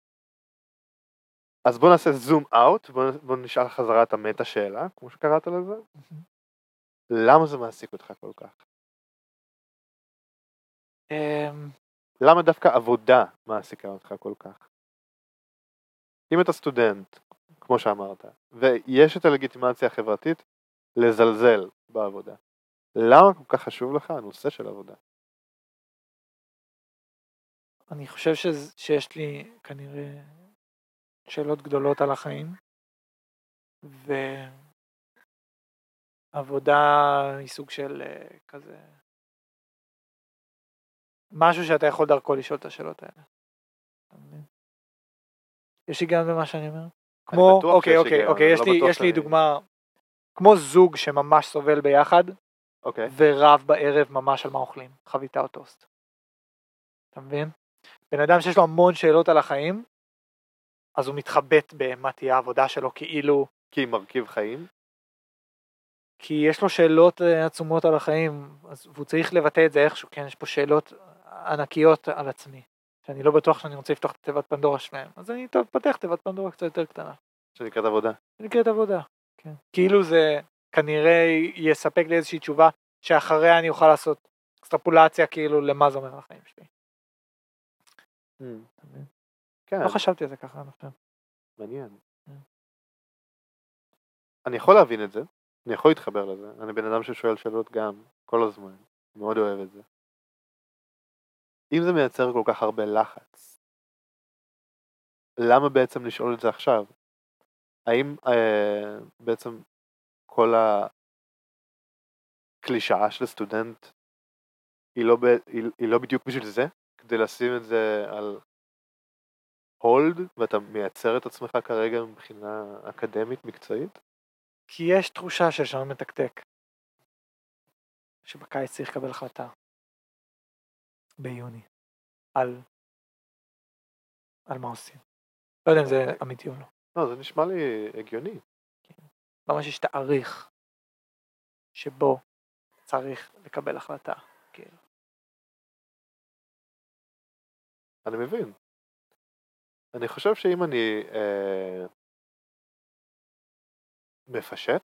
אז בוא נעשה זום אאוט, בוא, בוא נשאל חזרה את המטה שאלה, כמו שקראת לזה. למה זה מעסיק אותך כל כך? למה דווקא עבודה מעסיקה אותך כל כך? אם אתה סטודנט, כמו שאמרת, ויש את הלגיטימציה החברתית לזלזל בעבודה, למה כל כך חשוב לך הנושא של עבודה? אני חושב ש- שיש לי כנראה שאלות גדולות על החיים, ועבודה היא סוג של uh, כזה, משהו שאתה יכול דרכו לשאול את השאלות האלה. יש לי גם במה שאני אומר? כמו, אוקיי, אוקיי, אוקיי, יש לי, יש לי דוגמה, כמו זוג שממש סובל ביחד, אוקיי. ורב בערב ממש על מה אוכלים, חביתה או טוסט. אתה מבין? בן אדם שיש לו המון שאלות על החיים, אז הוא מתחבט במה תהיה העבודה שלו, כאילו... כי מרכיב חיים? כי יש לו שאלות עצומות על החיים, אז הוא צריך לבטא את זה איכשהו, כן, יש פה שאלות ענקיות על עצמי, שאני לא בטוח שאני רוצה לפתוח את תיבת פנדורה שלהם, אז אני טוב, פתח תיבת פנדורה קצת יותר קטנה. שנקראת עבודה. שנקראת עבודה, כן. כאילו זה כנראה יספק לי איזושהי תשובה, שאחריה אני אוכל לעשות אקסטרפולציה, כאילו, למה זה אומר לחיים שלי. כן. לא חשבתי על זה ככה, אני חושב. מעניין. אני יכול להבין את זה, אני יכול להתחבר לזה, אני בן אדם ששואל שאלות גם, כל הזמן, מאוד אוהב את זה. אם זה מייצר כל כך הרבה לחץ, למה בעצם לשאול את זה עכשיו? האם אה, בעצם כל הקלישאה של סטודנט היא לא, ב, היא, היא לא בדיוק בשביל זה? כדי לשים את זה על הולד, ואתה מייצר את עצמך כרגע מבחינה אקדמית מקצועית? כי יש תחושה של שם מתקתק. שבקיץ צריך לקבל החלטה ביוני על על מה עושים. לא יודע אם זה אמיתי או לא. לא, זה נשמע לי הגיוני. ממש יש תאריך שבו צריך לקבל החלטה. כאילו. אני מבין. אני חושב שאם אני אה, מפשט,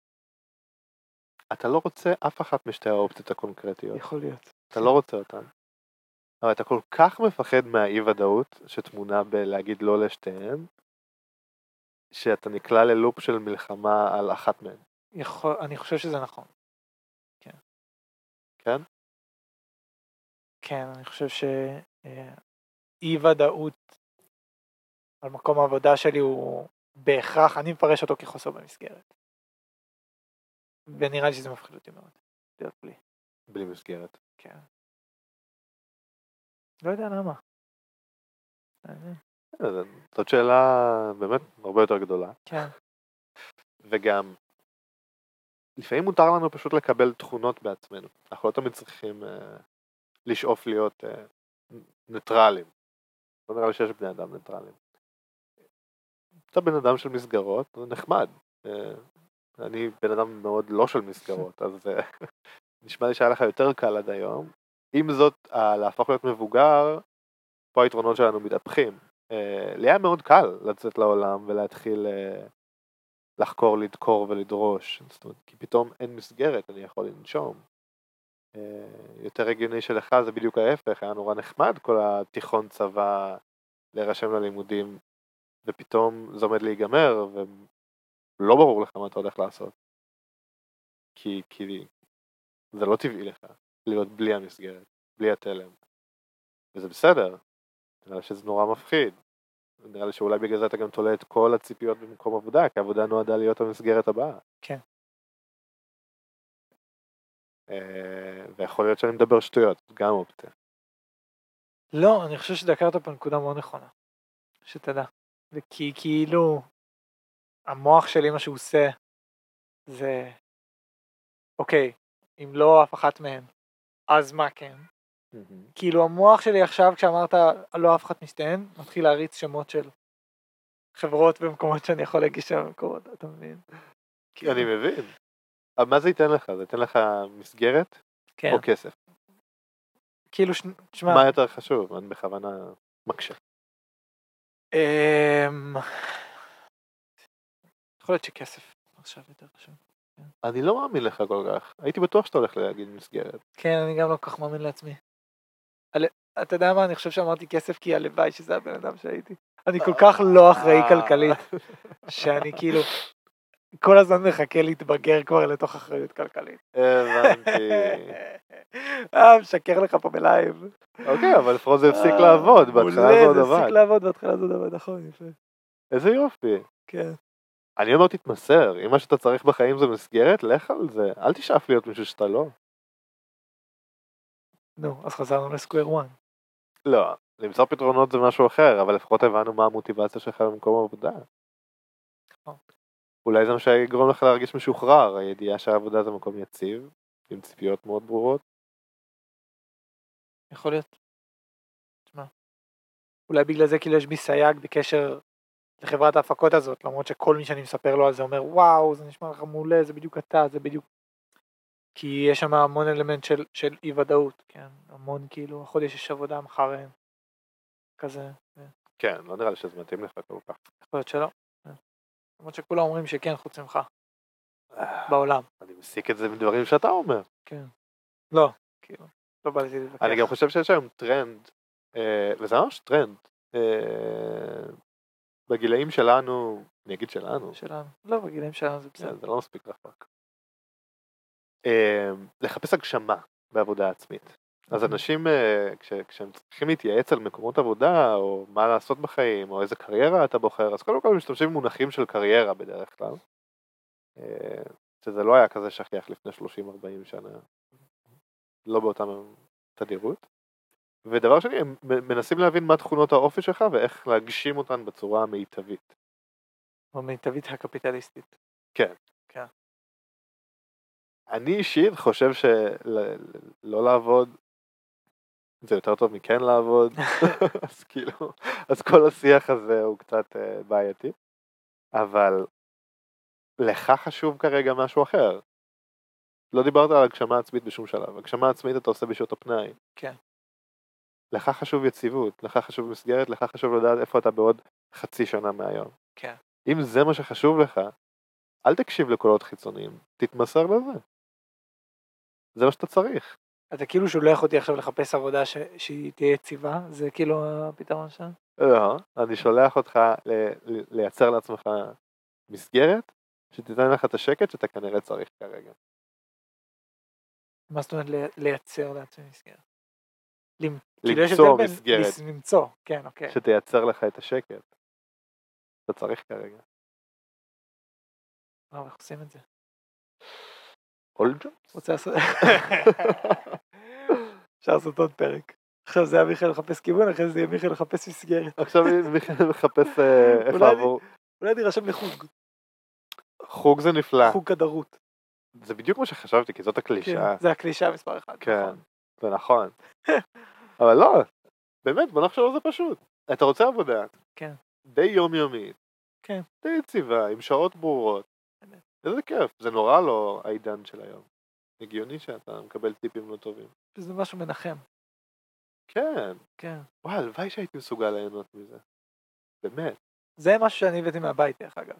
אתה לא רוצה אף אחת משתי האופציות הקונקרטיות. יכול להיות. אתה לא רוצה אותן. אבל אתה כל כך מפחד מהאי-ודאות שתמונה בלהגיד לא לשתיהן, שאתה נקלע ללופ של מלחמה על אחת מהן. יכול, אני חושב שזה נכון. כן. כן? כן, אני חושב שאי ודאות על מקום העבודה שלי הוא בהכרח, אני מפרש אותו כחוסר במסגרת. ונראה לי שזה מפחיד אותי מאוד. להיות בלי. בלי מסגרת. כן. לא יודע למה. אני... זאת שאלה באמת הרבה יותר גדולה. כן. וגם, לפעמים מותר לנו פשוט לקבל תכונות בעצמנו. אנחנו לא תמיד צריכים אה, לשאוף להיות אה, ניטרלים. לא נראה לי שיש בני אדם ניטרלים. אתה בן אדם של מסגרות, זה נחמד. אה, אני בן אדם מאוד לא של מסגרות, אז אה, נשמע לי שהיה לך יותר קל עד היום. עם זאת, אה, להפוך להיות מבוגר, פה היתרונות שלנו מתהפכים. אה, לי היה מאוד קל לצאת לעולם ולהתחיל אה, לחקור, לדקור ולדרוש. זאת אומרת, כי פתאום אין מסגרת, אני יכול לנשום. אה, יותר הגיוני שלך זה בדיוק ההפך, היה נורא נחמד כל התיכון צבא להירשם ללימודים, ופתאום זה עומד להיגמר, ולא ברור לך מה אתה הולך לעשות. כי, כי זה לא טבעי לך להיות בלי המסגרת, בלי התלם. וזה בסדר, נראה לי שזה נורא מפחיד. נראה לי שאולי בגלל זה אתה גם תולה את כל הציפיות במקום עבודה, כי העבודה נועדה להיות המסגרת הבאה. כן. ויכול להיות שאני מדבר שטויות, גם אופציה. לא, אני חושב שדקרת פה נקודה מאוד נכונה. שתדע. וכי כאילו, המוח שלי מה שהוא עושה, זה, אוקיי, אם לא אף אחת מהן, אז מה כן? Mm-hmm. כאילו המוח שלי עכשיו, כשאמרת לא אף אחת משתיהן, מתחיל להריץ שמות של חברות במקומות שאני יכול להגיש שם במקומות, אתה מבין? כאילו... אני מבין. אבל מה זה ייתן לך? זה ייתן לך מסגרת? כן. או כסף? כאילו, ש... שמה... מה יותר חשוב? אני בכוונה מקשה. יכול להיות שכסף עכשיו יותר חשוב. אני לא מאמין לך כל כך. הייתי בטוח שאתה הולך להגיד מסגרת. כן, אני גם לא כל כך מאמין לעצמי. אתה יודע מה? אני חושב שאמרתי כסף כי הלוואי שזה הבן אדם שהייתי. אני כל כך לא אחראי כלכלית, שאני כאילו כל הזמן מחכה להתבגר כבר לתוך אחריות כלכלית. הבנתי. אה, משקר לך פה בלייב. אוקיי, אבל לפחות זה הפסיק לעבוד, בהתחלה זה עוד עבד. זה הפסיק לעבוד, בהתחלה זה עוד עבד, נכון, יפה. איזה יופי. כן. אני אומר תתמסר, אם מה שאתה צריך בחיים זה מסגרת, לך על זה, אל תשאף להיות מישהו שאתה לא. נו, אז חזרנו לסקוויר וואן. לא, למצוא פתרונות זה משהו אחר, אבל לפחות הבנו מה המוטיבציה שלך במקום העבודה. אולי זה מה שיגרום לך להרגיש משוחרר, הידיעה שהעבודה זה מקום יציב, עם ציפיות מאוד ברורות. יכול להיות. תשמע. אולי בגלל זה כאילו יש בי סייג בקשר לחברת ההפקות הזאת, למרות שכל מי שאני מספר לו על זה אומר, וואו, זה נשמע לך מעולה, זה בדיוק אתה, זה בדיוק... כי יש שם המון אלמנט של, של אי ודאות, כן, המון כאילו, החודש יש עבודה מחר אין, כזה. כן, לא נראה לי שזה מתאים לך כל כך. יכול להיות שלא. למרות שכולם אומרים שכן, חוץ ממך. בעולם. אני מסיק את זה מדברים שאתה אומר. כן. לא, כאילו, לא בא לי להתווכח. אני גם חושב שיש היום טרנד, וזה ממש טרנד, בגילאים שלנו, אני אגיד שלנו. שלנו. לא, בגילאים שלנו זה בסדר. זה לא מספיק רחוק. לחפש הגשמה בעבודה עצמית. אז אנשים, כשהם צריכים להתייעץ על מקומות עבודה, או מה לעשות בחיים, או איזה קריירה אתה בוחר, אז קודם כל משתמשים במונחים של קריירה בדרך כלל. שזה לא היה כזה שכיח לפני שלושים ארבעים שנה. לא באותה תדירות. ודבר שני, הם מנסים להבין מה תכונות האופי שלך, ואיך להגשים אותן בצורה המיטבית. המיטבית הקפיטליסטית. כן. כן. אני אישית חושב שלא לעבוד זה יותר טוב מכן לעבוד, אז כאילו, אז כל השיח הזה הוא קצת uh, בעייתי, אבל לך חשוב כרגע משהו אחר. לא דיברת על הגשמה עצמית בשום שלב, הגשמה עצמית אתה עושה בשעות הפנאי. כן. לך חשוב יציבות, לך חשוב מסגרת, לך חשוב לדעת איפה אתה בעוד חצי שנה מהיום. כן. אם זה מה שחשוב לך, אל תקשיב לקולות חיצוניים, תתמסר לזה. זה מה שאתה צריך. אתה כאילו שולח אותי עכשיו לחפש עבודה ש... שהיא תהיה יציבה, זה כאילו הפתרון שם? לא, אני שולח אותך ל- לייצר לעצמך מסגרת, שתיתן לך את השקט שאתה כנראה צריך כרגע. מה זאת אומרת לי- לייצר לעצמי מסגרת? למ- כאילו יש למצוא הבדל בין- מסגרת לס- למצוא, כן, אוקיי. שתייצר לך את השקט. אתה צריך כרגע. וואו, איך עושים את זה? אולד ג'ובס? רוצה לעשות... אפשר לעשות עוד פרק. עכשיו זה היה מיכאל לחפש כיוון, אחרי זה יהיה מיכאל לחפש מסגרת. עכשיו מיכאל מחפש אה, איפה אולי אני- עבור. אולי נרשם לחוג, חוג זה נפלא. חוג כדרות. זה בדיוק מה שחשבתי, כי זאת כן, הקלישאה. זה הקלישה מספר אחד. כן, נכון. זה נכון. אבל לא, באמת, בוא נחשוב על זה פשוט. אתה רוצה עבודה. כן. די יומיומית. כן. די יציבה, עם שעות ברורות. באמת. איזה כיף, זה נורא לא העידן של היום. הגיוני שאתה מקבל טיפים לא טובים. זה משהו מנחם. כן. כן. וואי, הלוואי שהייתי מסוגל ליהנות מזה. באמת. זה משהו שאני הבאתי מהבית, דרך אגב.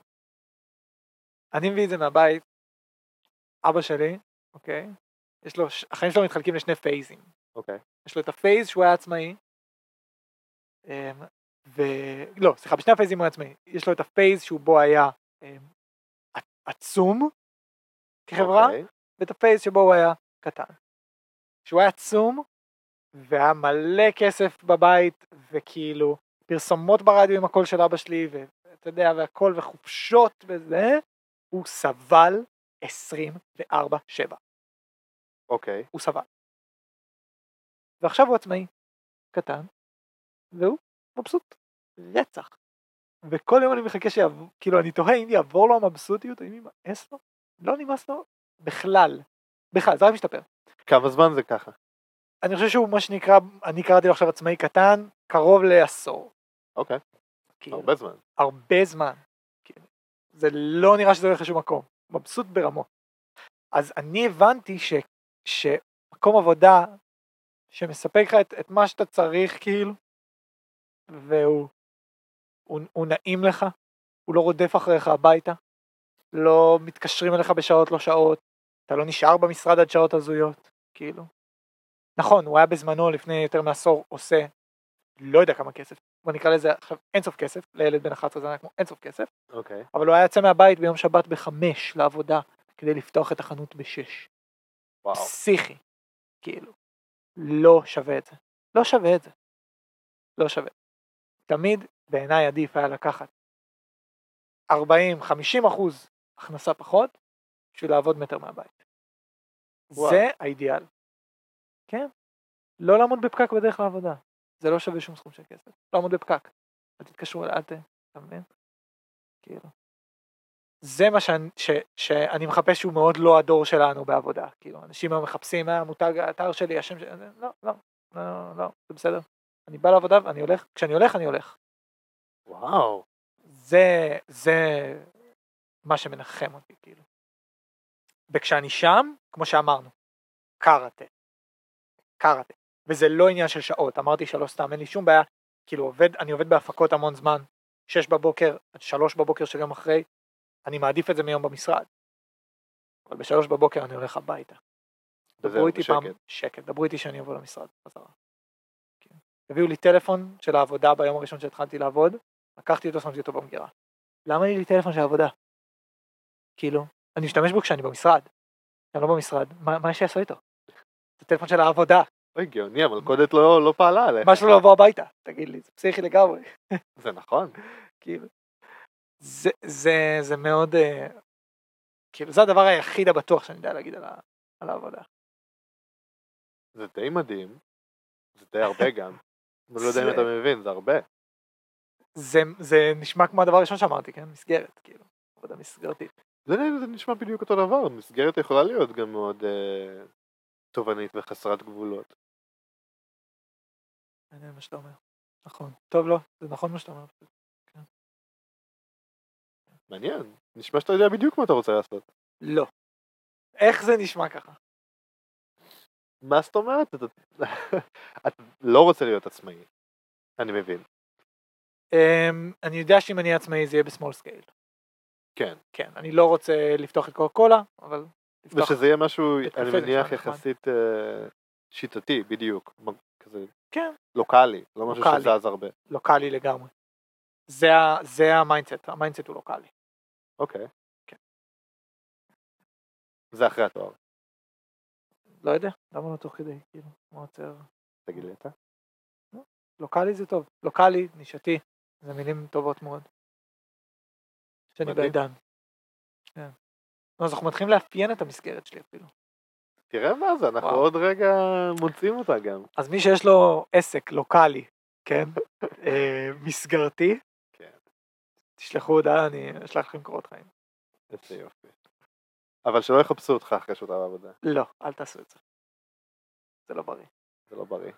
אני מביא את זה מהבית, אבא שלי, אוקיי? יש לו, החיים שלו מתחלקים לשני פייזים. אוקיי. יש לו את הפייז שהוא היה עצמאי, אמ, ו... לא, סליחה, בשני הפייזים הוא היה עצמאי. יש לו את הפייז שהוא בו היה אמ, עצום כחברה, אוקיי. ואת הפייז שבו הוא היה קטן. שהוא היה עצום, והיה מלא כסף בבית, וכאילו פרסומות ברדיו עם הקול של אבא שלי, ואתה יודע, והכל, וחופשות וזה, הוא סבל עשרים וארבע שבע. אוקיי. הוא סבל. ועכשיו הוא עצמאי, קטן, והוא מבסוט, רצח. וכל יום אני מחכה שיעבור, כאילו אני תוהה אם יעבור לו המבסוטיות, אם ימאס לו, לא נמאס לו, בכלל, בכלל, זה רק משתפר. כמה זמן זה ככה? אני חושב שהוא מה שנקרא, אני קראתי לו עכשיו עצמאי קטן, קרוב לעשור. אוקיי. כאילו, הרבה זמן. הרבה זמן. כאילו, זה לא נראה שזה הולך לשום מקום, מבסוט ברמות. אז אני הבנתי ש, שמקום עבודה שמספק לך את, את מה שאתה צריך כאילו, והוא הוא, הוא נעים לך, הוא לא רודף אחריך הביתה, לא מתקשרים אליך בשעות לא שעות, אתה לא נשאר במשרד עד שעות הזויות, כאילו. נכון, הוא היה בזמנו לפני יותר מעשור עושה, לא יודע כמה כסף, בוא נקרא לזה עכשיו אינסוף כסף, לילד בן אחת עשרה זה היה כמו אינסוף כסף, אוקיי. אבל הוא היה יוצא מהבית ביום שבת בחמש לעבודה, כדי לפתוח את החנות בשש. וואו. פסיכי, כאילו. לא שווה את זה. לא שווה את זה. לא שווה. תמיד בעיניי עדיף היה לקחת ארבעים חמישים אחוז הכנסה פחות, בשביל לעבוד מטר מהבית. וואו. זה האידיאל. כן? לא לעמוד בפקק בדרך לעבודה. זה לא שווה שום סכום של כסף. לא לעמוד בפקק. אל תתקשרו אל תה, אתה מבין? כאילו. זה מה שאני, ש, שאני מחפש שהוא מאוד לא הדור שלנו בעבודה. כאילו, אנשים היום מחפשים מה המותג, האתר שלי, השם שלי, לא, לא, לא, לא, זה בסדר. אני בא לעבודה ואני הולך, כשאני הולך, אני הולך. וואו. זה, זה מה שמנחם אותי, כאילו. וכשאני שם, כמו שאמרנו, קראטה. קראטה. וזה לא עניין של שעות, אמרתי שלא סתם, אין לי שום בעיה, כאילו עובד, אני עובד בהפקות המון זמן, שש בבוקר עד שלוש בבוקר שגם אחרי, אני מעדיף את זה מיום במשרד. אבל בשלוש בבוקר אני הולך הביתה. דברו איתי פעם, שקט, דברו איתי שאני אבוא למשרד, חזרה. כן. הביאו לי טלפון של העבודה ביום הראשון שהתחלתי לעבוד, לקחתי אותו, שמתי אותו במגירה. למה לי לי טלפון של העבודה? כאילו, אני משתמש בו כשאני במשרד. אני לא במשרד, מה, מה יש לעשות איתו? זה טלפון של העבודה. אוי, גאוני, המלכודת לא, לא פעלה עליך. מה שלא לבוא הביתה, תגיד לי, זה פסיכי לגמרי. זה נכון. כאילו, זה, זה, זה מאוד, כאילו, זה הדבר היחיד הבטוח שאני יודע להגיד על, ה, על העבודה. זה די מדהים. זה די הרבה גם. אני לא יודע אם אתה מבין, זה הרבה. זה, זה נשמע כמו הדבר הראשון שאמרתי, כן? מסגרת, כאילו, עבודה מסגרתית. זה, זה נשמע בדיוק אותו דבר, מסגרת יכולה להיות גם מאוד אה, תובענית וחסרת גבולות. מעניין מה שאתה אומר. נכון. טוב, לא, זה נכון מה שאתה אומר. כן. מעניין, נשמע שאתה יודע בדיוק מה אתה רוצה לעשות. לא. איך זה נשמע ככה? מה זאת אומרת? אתה, את לא רוצה להיות עצמאי, אני מבין. Um, אני יודע שאם אני עצמאי זה יהיה בסמול סקייל. כן. כן, אני לא רוצה לפתוח את קוקה קולה, אבל... לפתוח... ושזה יהיה משהו, אני קפה, מניח, נשמע נחמד. יחסית אה, שיטתי, בדיוק. כזה כן. לוקאלי, לא משהו לוקאלי. שזז הרבה. לוקאלי לגמרי. זה, ה- זה המיינדסט, המיינדסט הוא לוקאלי. אוקיי. כן. זה אחרי התואר. לא יודע, למה לא תוך כדי, כאילו, מה עוצר? תגיד לי אתה. לוקאלי זה טוב, לוקאלי, נישתי, זה מילים טובות מאוד. שאני מדהים. בעידן. כן. אז אנחנו מתחילים לאפיין את המסגרת שלי אפילו. תראה מה זה, אנחנו וואו. עוד רגע מוצאים אותה גם. אז מי שיש לו עסק לוקאלי, כן, אה, מסגרתי, כן. תשלחו הודעה, אני אשלח לכם קורות חיים. איזה יופי. אבל שלא יחפשו אותך אחרי שאתה בעבודה. לא, אל תעשו את זה. זה לא בריא. זה לא בריא.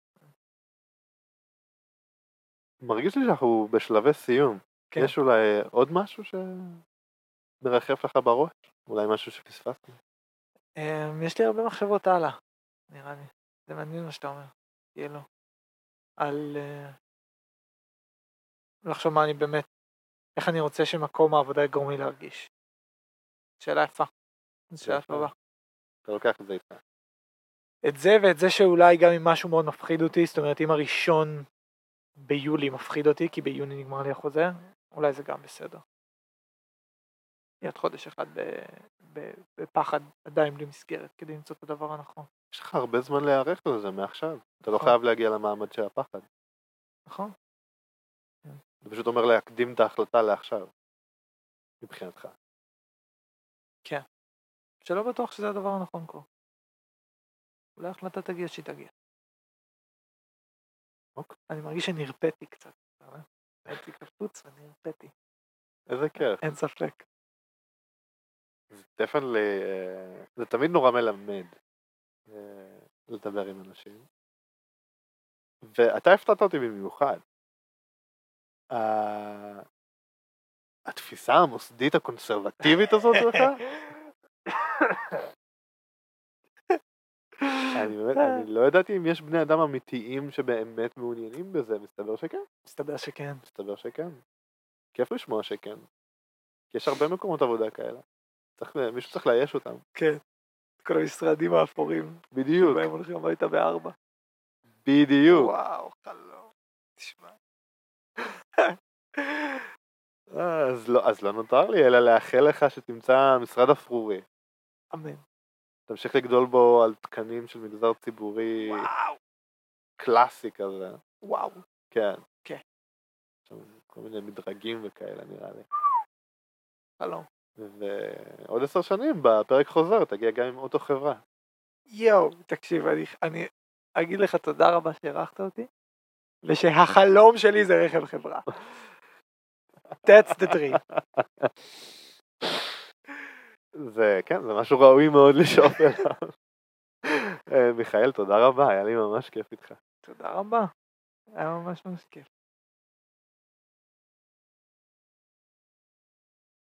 מרגיש לי שאנחנו בשלבי סיום. כן. יש אולי עוד משהו שמרחף לך בראש? אולי משהו שפספסנו? אמ, יש לי הרבה מחשבות הלאה, נראה לי. זה מעניין מה שאתה אומר. תהיה לו. על... אה, לחשוב מה אני באמת, איך אני רוצה שמקום העבודה יגרום לי להרגיש. שאלה יפה. זו שאלה טובה. אתה לוקח את זה איתך. את זה ואת זה שאולי גם אם משהו מאוד מפחיד אותי, זאת אומרת אם הראשון ביולי מפחיד אותי, כי ביוני נגמר לי החוזה, אולי זה גם בסדר. יד חודש אחד ב- ב- בפחד עדיין בלי מסגרת, כדי למצוא את הדבר הנכון. יש לך הרבה זמן להיערך לזה מעכשיו. אתה לא נכון. חייב להגיע למעמד של הפחד. נכון? אתה פשוט אומר להקדים את ההחלטה לעכשיו. מבחינתך. כן. שלא בטוח שזה הדבר הנכון כבר. אולי ההחלטה תגיע שהיא תגיע. אוקיי. אני מרגיש שנרפאתי קצת. אתה רואה? הייתי קפוץ ונרפאתי. איזה כיף. אין ספק. זה definitely, אה, זה תמיד נורא מלמד אה, לדבר עם אנשים. ואתה הפתעת אותי במיוחד. ה- התפיסה המוסדית הקונסרבטיבית הזאת שלך, אני באמת, אני לא ידעתי אם יש בני אדם אמיתיים שבאמת מעוניינים בזה, מסתבר שכן. מסתבר שכן. מסתבר שכן. כיף לשמוע שכן. כי יש הרבה מקומות עבודה כאלה. צריך, מישהו צריך לאייש אותם. כן. כל המשרדים האפורים. בדיוק. בהם הולכים הביתה בארבע. בדיוק. וואו, חלום. תשמע. אז לא, אז לא נותר לי, אלא לאחל לך שתמצא משרד אפרורי. אמן. תמשיך לגדול בו על תקנים של מגזר ציבורי וואו. קלאסי כזה. וואו. כן. כן. שם כל מיני מדרגים וכאלה נראה לי. חלום. ועוד עשר שנים בפרק חוזר תגיע גם עם אותו חברה. יואו, תקשיב, אני, אני אגיד לך תודה רבה שהערכת אותי, ושהחלום שלי זה רכב חברה. That's the dream. זה, כן, זה משהו ראוי מאוד לשאוף אליו. מיכאל, תודה רבה, היה לי ממש כיף איתך. תודה רבה. היה ממש ממש כיף.